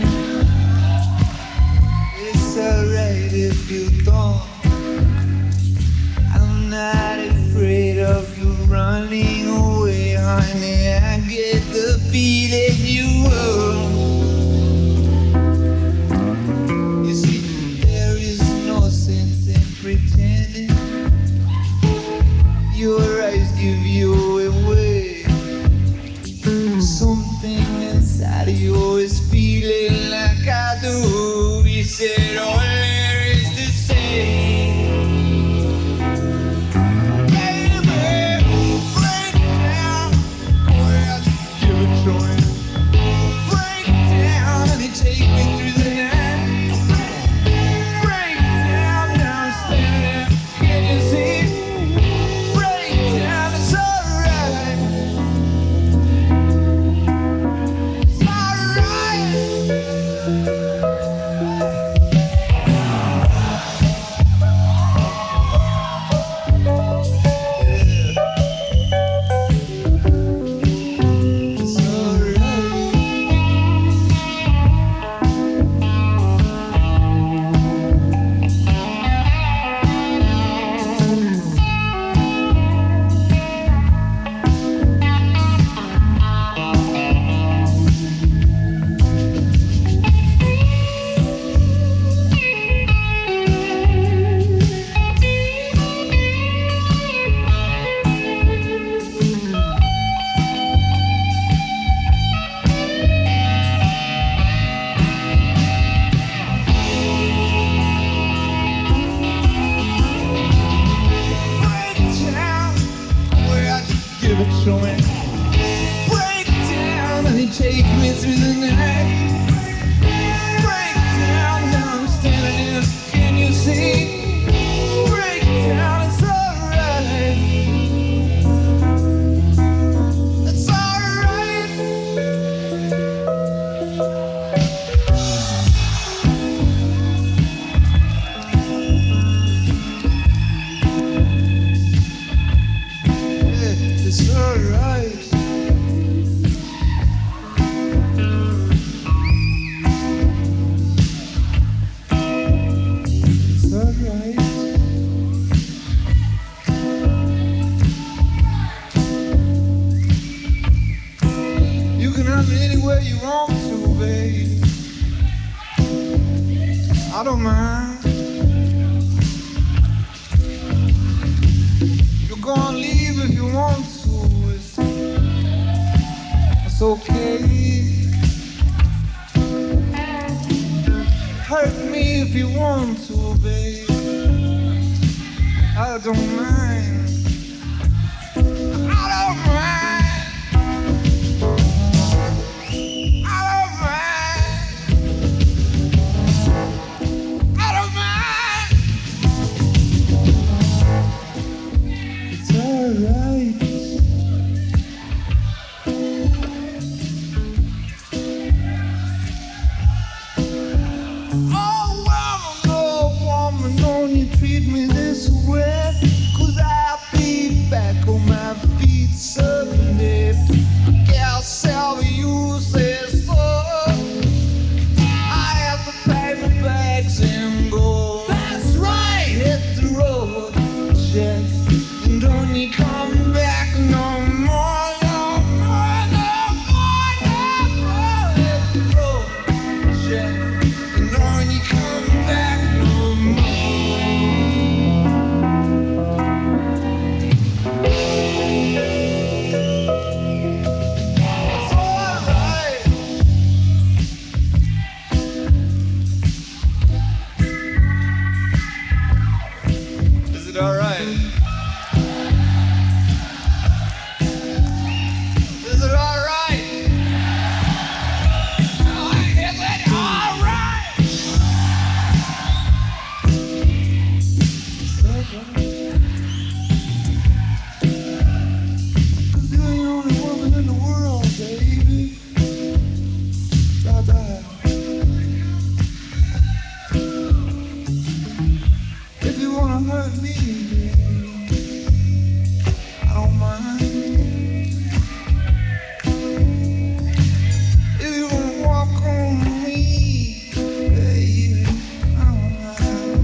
Speaker 5: It's alright if you don't. I'm not afraid of you running away, honey. I get the feeling you will. You see, there is no sense in pretending. Your eyes give you away. Something inside of you is feeling like I do. We said all there is to say. Baby, break down. Well, give it to me. Break down and take me through the night. Break down, now I'm standing there. Can you see? Break down, it's alright. It's alright. take me through the night. Break down, now I'm standing in. Can you see? Break down, it's alright. It's alright. Yeah, it's alright. It's alright. You can have me anywhere you want to, babe. I don't mind. You go and leave if you want to. It's okay. Hurt me if you want to, babe. I don't mind. I don't mind. I don't mind. I don't mind. It's alright. Oh, woman, don't you treat me this way? 'Cause I'll be back on my feet someday. Guess how you say so. I have to pack my bags and go. That's right, hit the road, Jack. And don't you come back no more, no more, no more, no more. Hit the road, Jack. And don't you come back no more. It's alright. Is it alright? Is it alright? Is it alright? Cause you're the only woman in the world, baby. Bye-bye. If you wanna hurt me, baby, I don't mind. If you wanna walk on me, baby, I don't mind.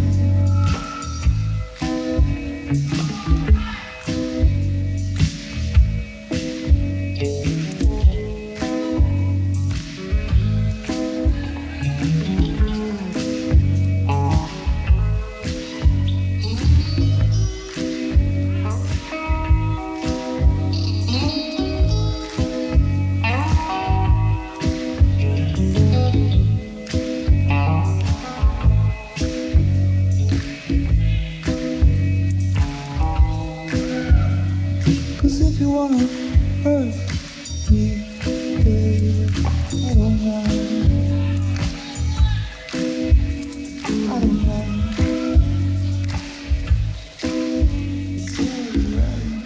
Speaker 5: Cause if you wanna hurt me, baby, I don't mind. I don't mind. It's alright.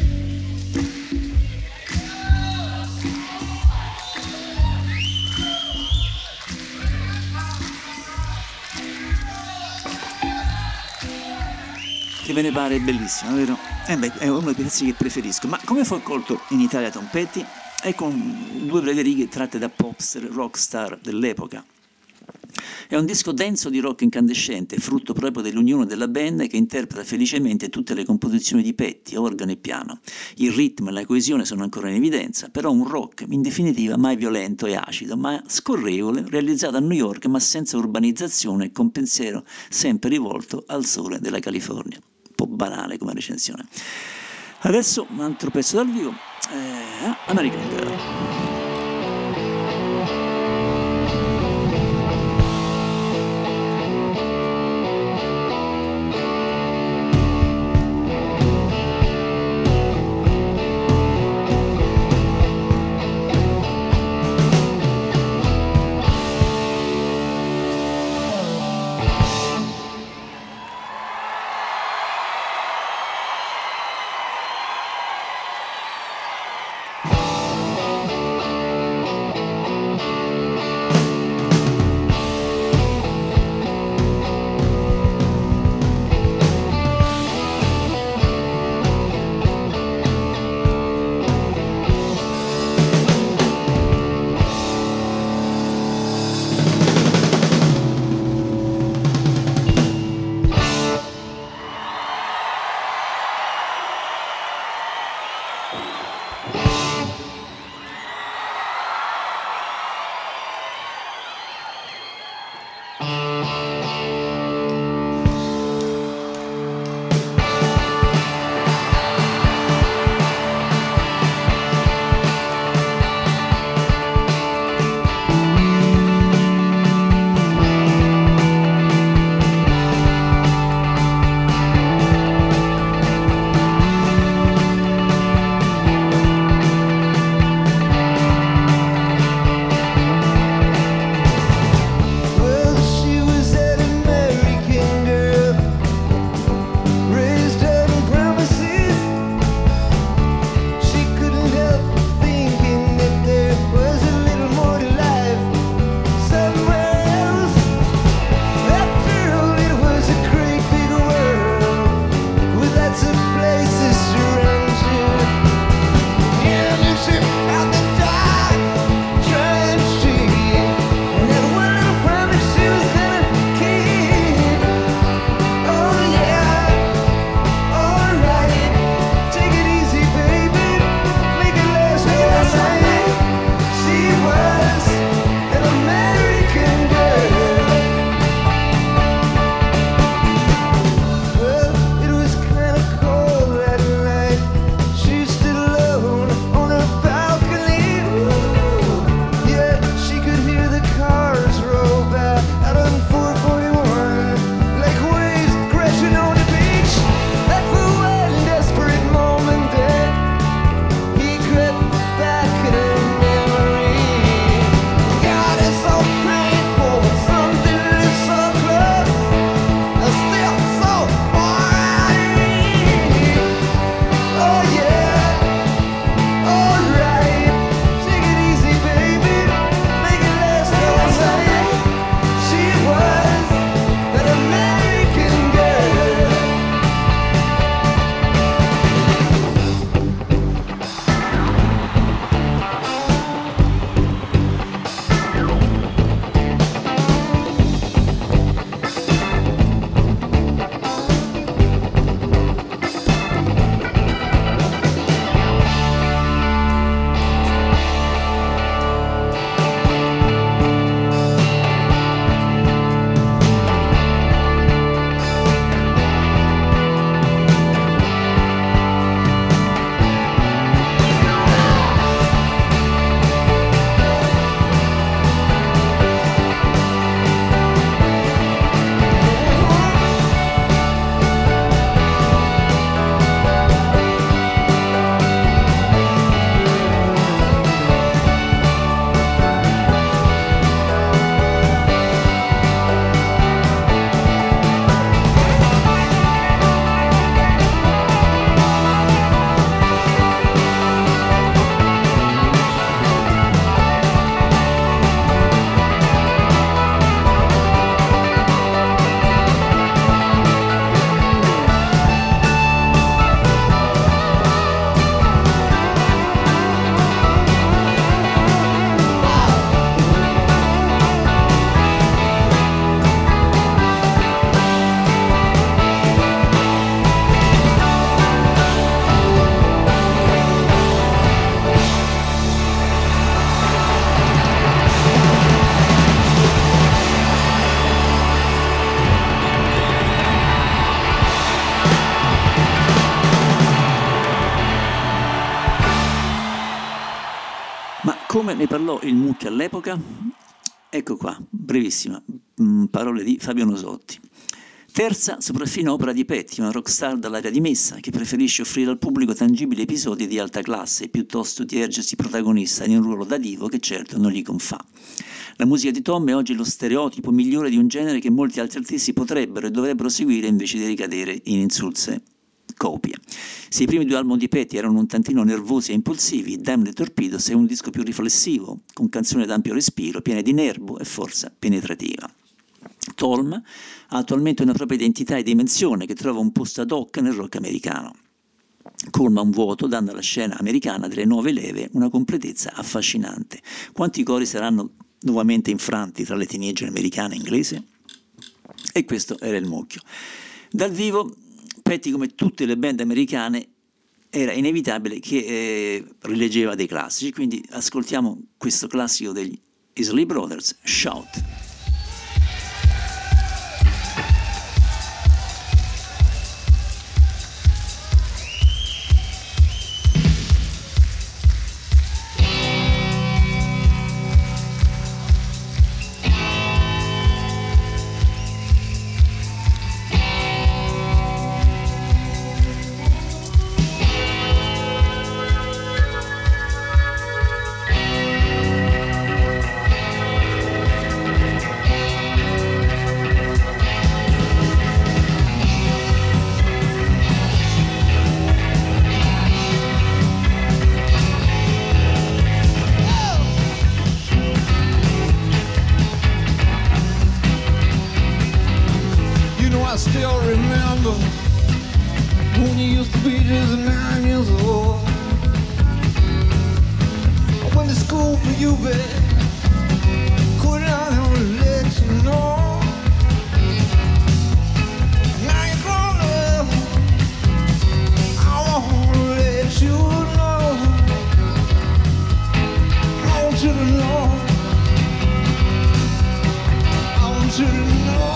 Speaker 1: Che ve ne pare? È bellissimo, vero? Beh, è uno dei pezzi che preferisco. Ma come fu accolto in Italia Tom Petty? È con due breve righe tratte da popstar, rockstar dell'epoca. È un disco denso di rock incandescente, frutto proprio dell'unione della band che interpreta felicemente tutte le composizioni di Petty, organo e piano. Il ritmo e la coesione sono ancora in evidenza, però un rock in definitiva mai violento e acido, ma scorrevole, realizzato a New York ma senza urbanizzazione e con pensiero sempre rivolto al sole della California. Un po' banale come recensione. Adesso un altro pezzo dal vivo, American Girl. Come ne parlò il Mucchi all'epoca? Ecco qua, brevissima, parole di Fabio Nosotti. Terza, sopraffina opera di Petty, una rockstar dall'aria dimessa, che preferisce offrire al pubblico tangibili episodi di alta classe, piuttosto di ergersi protagonista in un ruolo da divo che certo non gli confà. La musica di Tom è oggi lo stereotipo migliore di un genere che molti altri artisti potrebbero e dovrebbero seguire invece di ricadere in insulse copie. Se i primi due album di Petty erano un tantino nervosi e impulsivi, Damned e Torpedoes è un disco più riflessivo, con canzoni d'ampio respiro, piene di nervo e forza penetrativa. Tom ha attualmente una propria identità e dimensione che trova un posto ad hoc nel rock americano. Colma un vuoto, dando alla scena americana delle nuove leve una completezza affascinante. Quanti cori saranno nuovamente infranti tra le teenager americane e inglesi? E questo era il mucchio. Dal vivo, Petty, come tutte le band americane, era inevitabile che rileggeva dei classici, quindi ascoltiamo questo classico degli Isley Brothers, Shout.
Speaker 5: I still remember when you used to be just 9 years old. I went to school for you, babe. Couldn't I never let you know? Now you're grown up, I wanna let you know. I want you to know. I want you to know.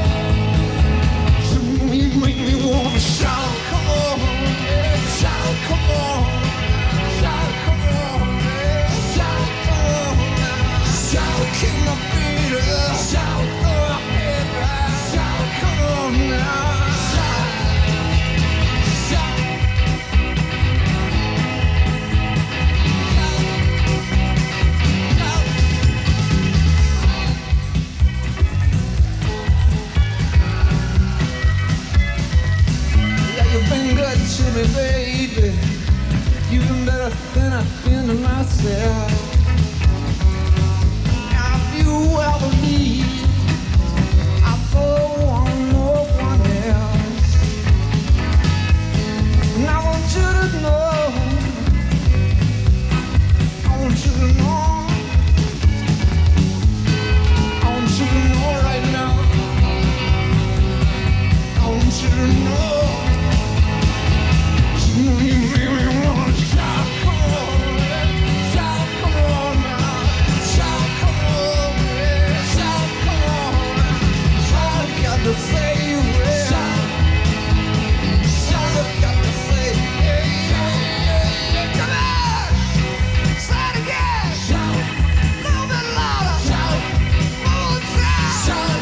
Speaker 5: Make me wanna shout, come on, yeah. Shout, come on, shout, come on, yeah. Shout, come on, shout, keep my feet up, shout, throw my head back, shout, come on now, shout, shout, you've been good to me, baby. You've been better than I've been to myself. Now if you ever need, I'll go on no one else. And I want you to know, I want you to know, I want you to know right now, I want you to know. You make me wanna shout, come on, yeah. Shout, come on now, shout, come on, yeah. Shout, come on, shout, got to say you will. Shout, shout, got to say, yeah, yeah, yeah. Come on, say it again. Shout, a little bit louder. Shout, one more time. Shout.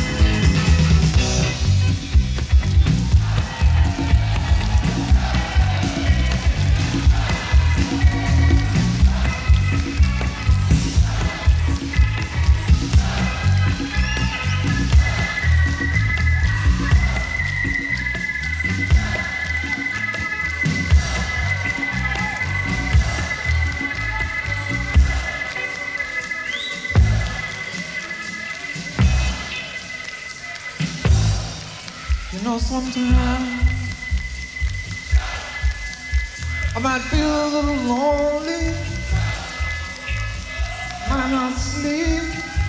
Speaker 5: You know, sometimes I might feel a little lonely, might not sleep.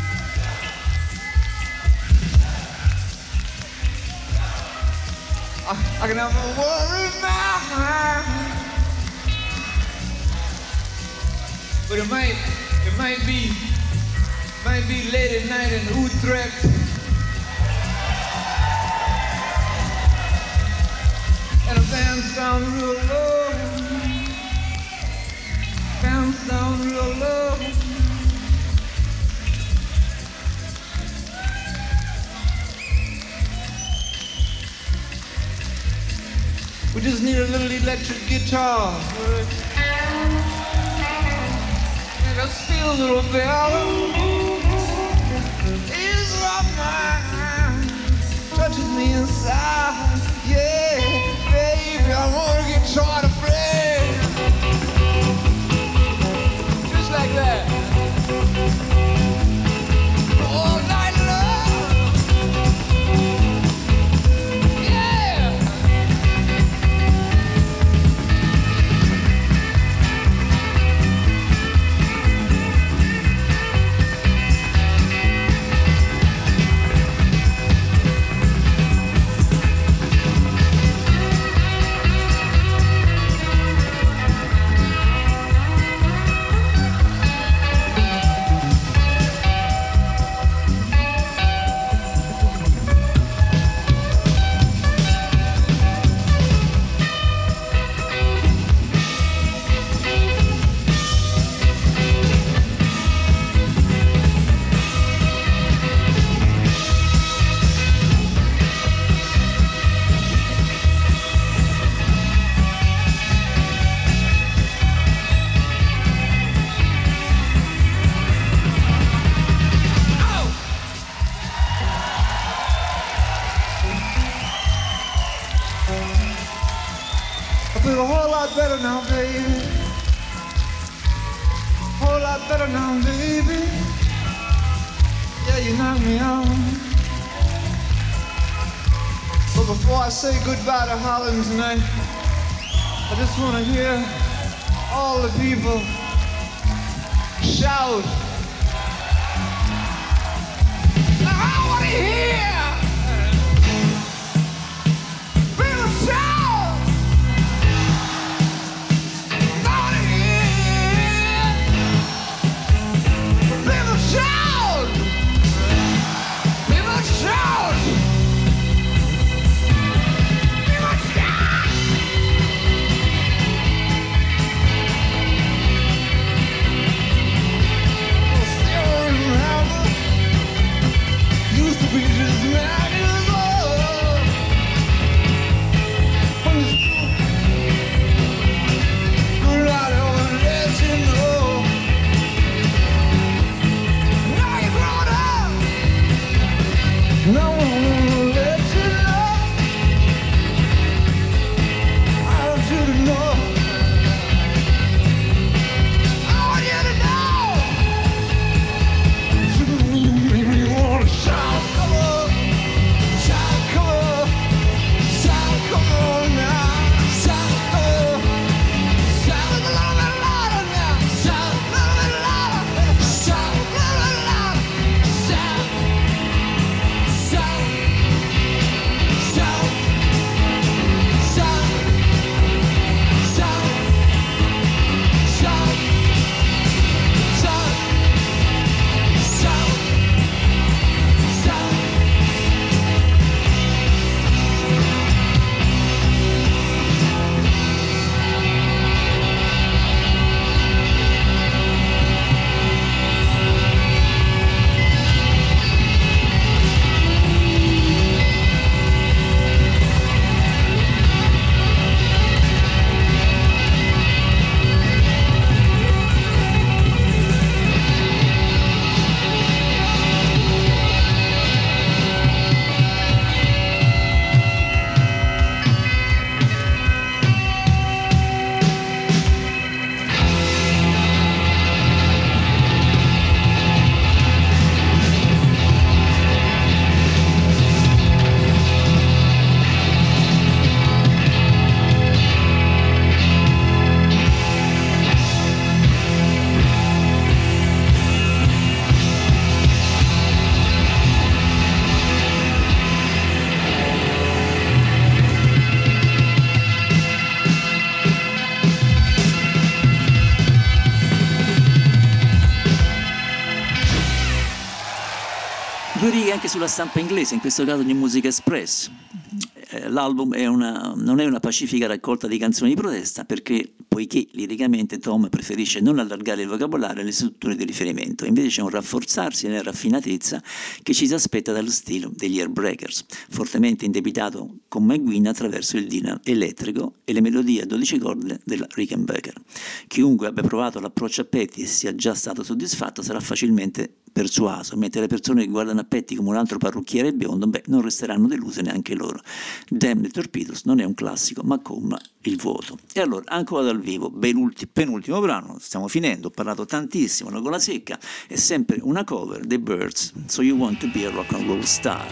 Speaker 5: I can have a worry now, but it might be late at night in Utrecht. And a band sound real low, band down real low. We just need a little electric guitar. Make us feel a little better. Ease up my mind, touches me inside. Yeah, baby, I want a guitar to play. Just like that. All night long. Yeah. I feel a whole lot better now, baby. Whole lot better now, baby. Yeah, you knocked me out. But before I say goodbye to Holland tonight, I just want to hear all the people shout. I want to hear people shout. Shout! People shout! People shout! Oh, still remember, used to be just mad as love. When you stood out and let you know. No one will let you know. I want you to know. I want you to know. You make me wanna shout, come on, shout, come on, shout, come on now, shout, come on, shout a little bit louder now, shout a little bit louder, shout a little bit louder, shout. Shout, shout, shout, shout, shout, shout, shout, shout.
Speaker 1: Due righe anche sulla stampa inglese, in questo caso di Musica Express. L'album non è una pacifica raccolta di canzoni di protesta, perché poiché liricamente Tom preferisce non allargare il vocabolario alle strutture di riferimento, invece c'è un rafforzarsi nella raffinatezza che ci si aspetta dallo stile degli Heartbreakers, fortemente indebitato con McGuinn attraverso il Dylan elettrico e le melodie a 12 corde della Rickenbacker. Chiunque abbia provato l'approccio a Petty e sia già stato soddisfatto sarà facilmente persuaso, mentre le persone che guardano a Petty come un altro parrucchiere biondo, non resteranno deluse neanche loro. Damn the Torpedoes non è un classico, ma colma il vuoto. E allora, ancora dal vivo, penultimo brano, stiamo finendo, ho parlato tantissimo, la gola secca, è sempre una cover dei Birds, So You Want to Be a Rock and Roll Star.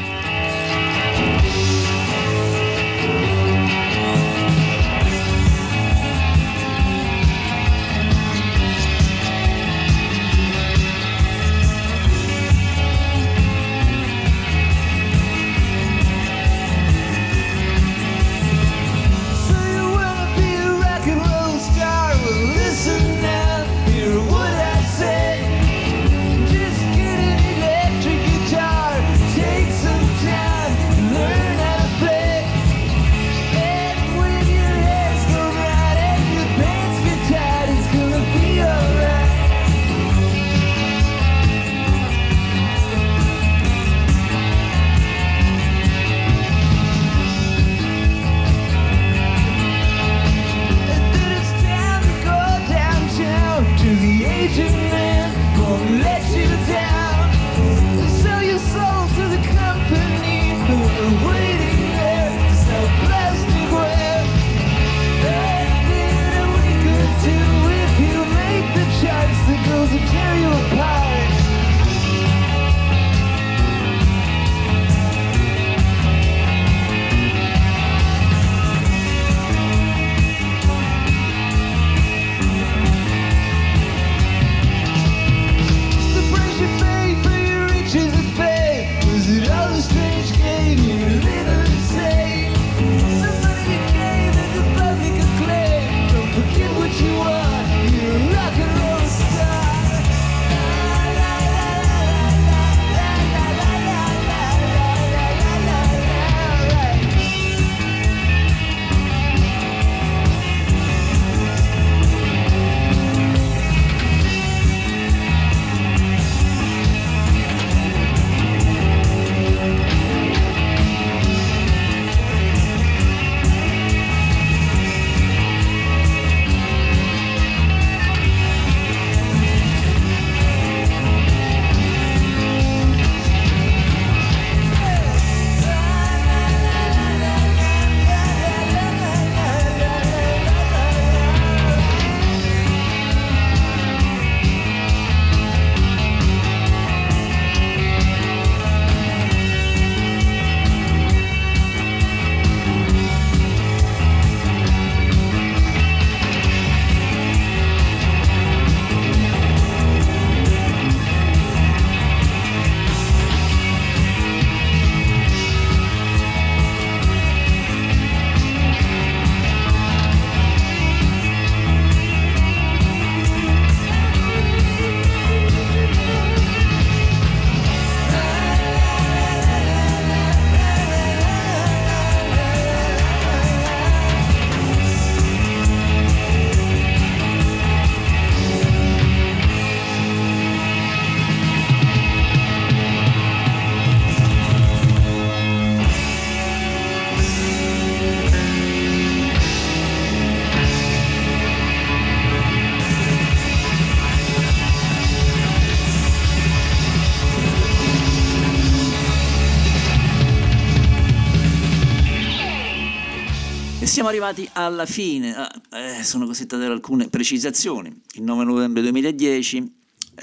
Speaker 1: Siamo arrivati alla fine, sono costretto ad avere alcune precisazioni. Il 9 novembre 2010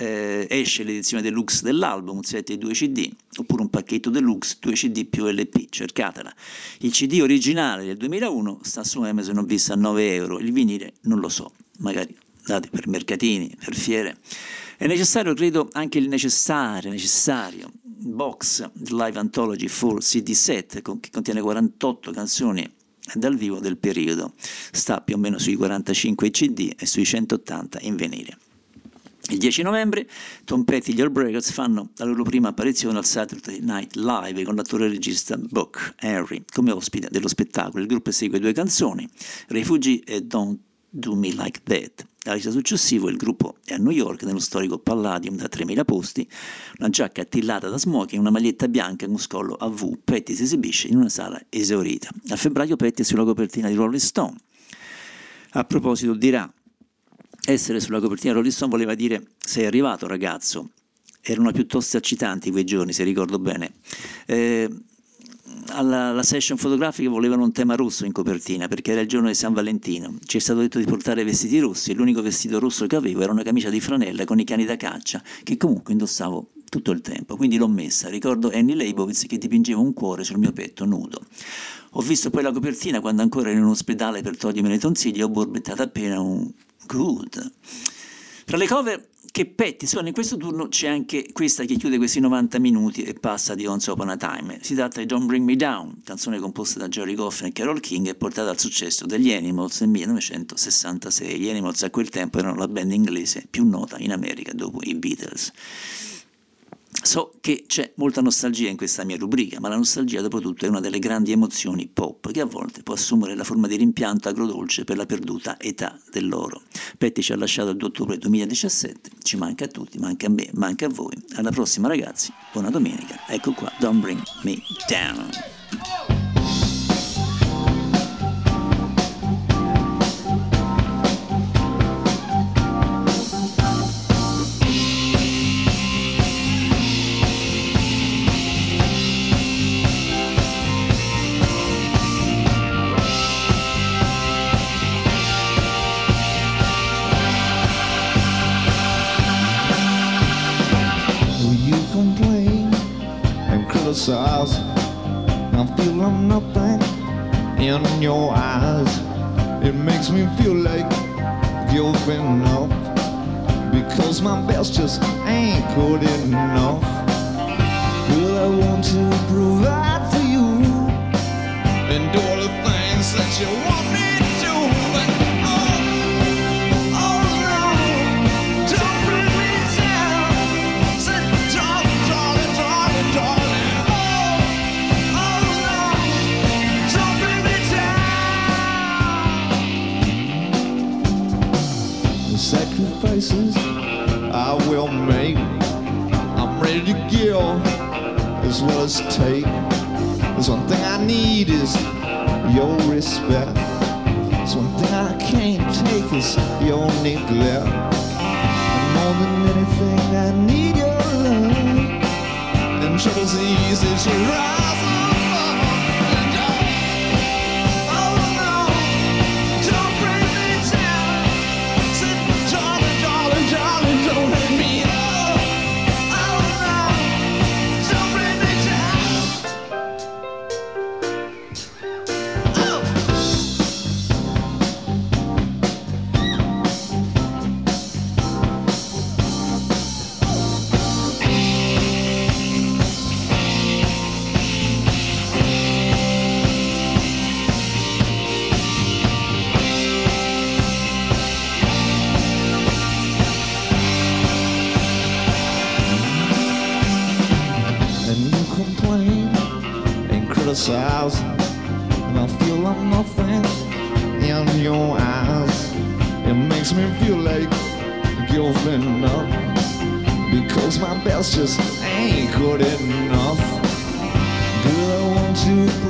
Speaker 1: esce l'edizione deluxe dell'album, un set di 2 CD, oppure un pacchetto deluxe 2 CD più LP, cercatela. Il CD originale del 2001 sta su Amazon, ho visto a 9 euro, il vinile non lo so, magari date per mercatini, per fiere. È necessario, credo, anche il necessario box Live Anthology 4 CD set che contiene 48 canzoni dal vivo del periodo, sta più o meno sui 45 CD e sui 180 in vinile. Il 10 novembre Tom Petty e gli Heartbreakers fanno la loro prima apparizione al Saturday Night Live con l'attore e regista Buck Henry come ospite dello spettacolo. Il gruppo esegue 2 canzoni, Refugee e Don't Do Me Like That. All'esito successivo il gruppo è a New York nello storico Palladium da 3.000 posti, una giacca attillata da smoking, una maglietta bianca con scollo a V. Petty si esibisce in una sala esaurita. A febbraio Petty è sulla copertina di Rolling Stone. A proposito dirà: essere sulla copertina di Rolling Stone voleva dire sei arrivato ragazzo. Erano piuttosto eccitanti quei giorni, se ricordo bene. Alla session fotografica volevano un tema rosso in copertina perché era il giorno di San Valentino. Ci è stato detto di portare vestiti rossi e l'unico vestito rosso che avevo era una camicia di flanella con i cani da caccia che comunque indossavo tutto il tempo, quindi l'ho messa. Ricordo Annie Leibovitz che dipingeva un cuore sul mio petto nudo. Ho visto poi la copertina quando ancora ero in un ospedale per togliermi le tonsiglie e ho borbettato appena un good. Tra le cover che Petty suona in questo turno c'è anche questa che chiude questi 90 minuti e passa di Once Upon a Time. Si tratta di Don't Bring Me Down, canzone composta da Jerry Goffin e Carole King e portata al successo degli Animals nel 1966. Gli Animals a quel tempo erano la band inglese più nota in America dopo i Beatles. So che c'è molta nostalgia in questa mia rubrica, ma la nostalgia dopo tutto è una delle grandi emozioni pop che a volte può assumere la forma di rimpianto agrodolce per la perduta età dell'oro. Petty ci ha lasciato il 2 ottobre 2017, ci manca a tutti, manca a me, manca a voi. Alla prossima ragazzi, buona domenica, ecco qua, Don't Bring Me Down.
Speaker 5: I feel I'm nothing in your eyes. It makes me feel like giving up because my best just ain't good enough. Well, I want to provide for you and do all the things that you want me to do, but oh no, don't bring me down. Say, darling, darling, darling, darling. Sacrifices I will make. I'm ready to give as well as take. There's one thing I need is your respect. There's one thing I can't take is your neglect. And more than anything I need your love. And trouble's easy to rise above. And oh no, don't bring me down. Say, darling, darling, darling, don't let me go. Oh no, don't bring me down. Oh. Criticize, and I feel I'm nothing in your eyes. It makes me feel like giving up because my best just ain't good enough. Girl, I want to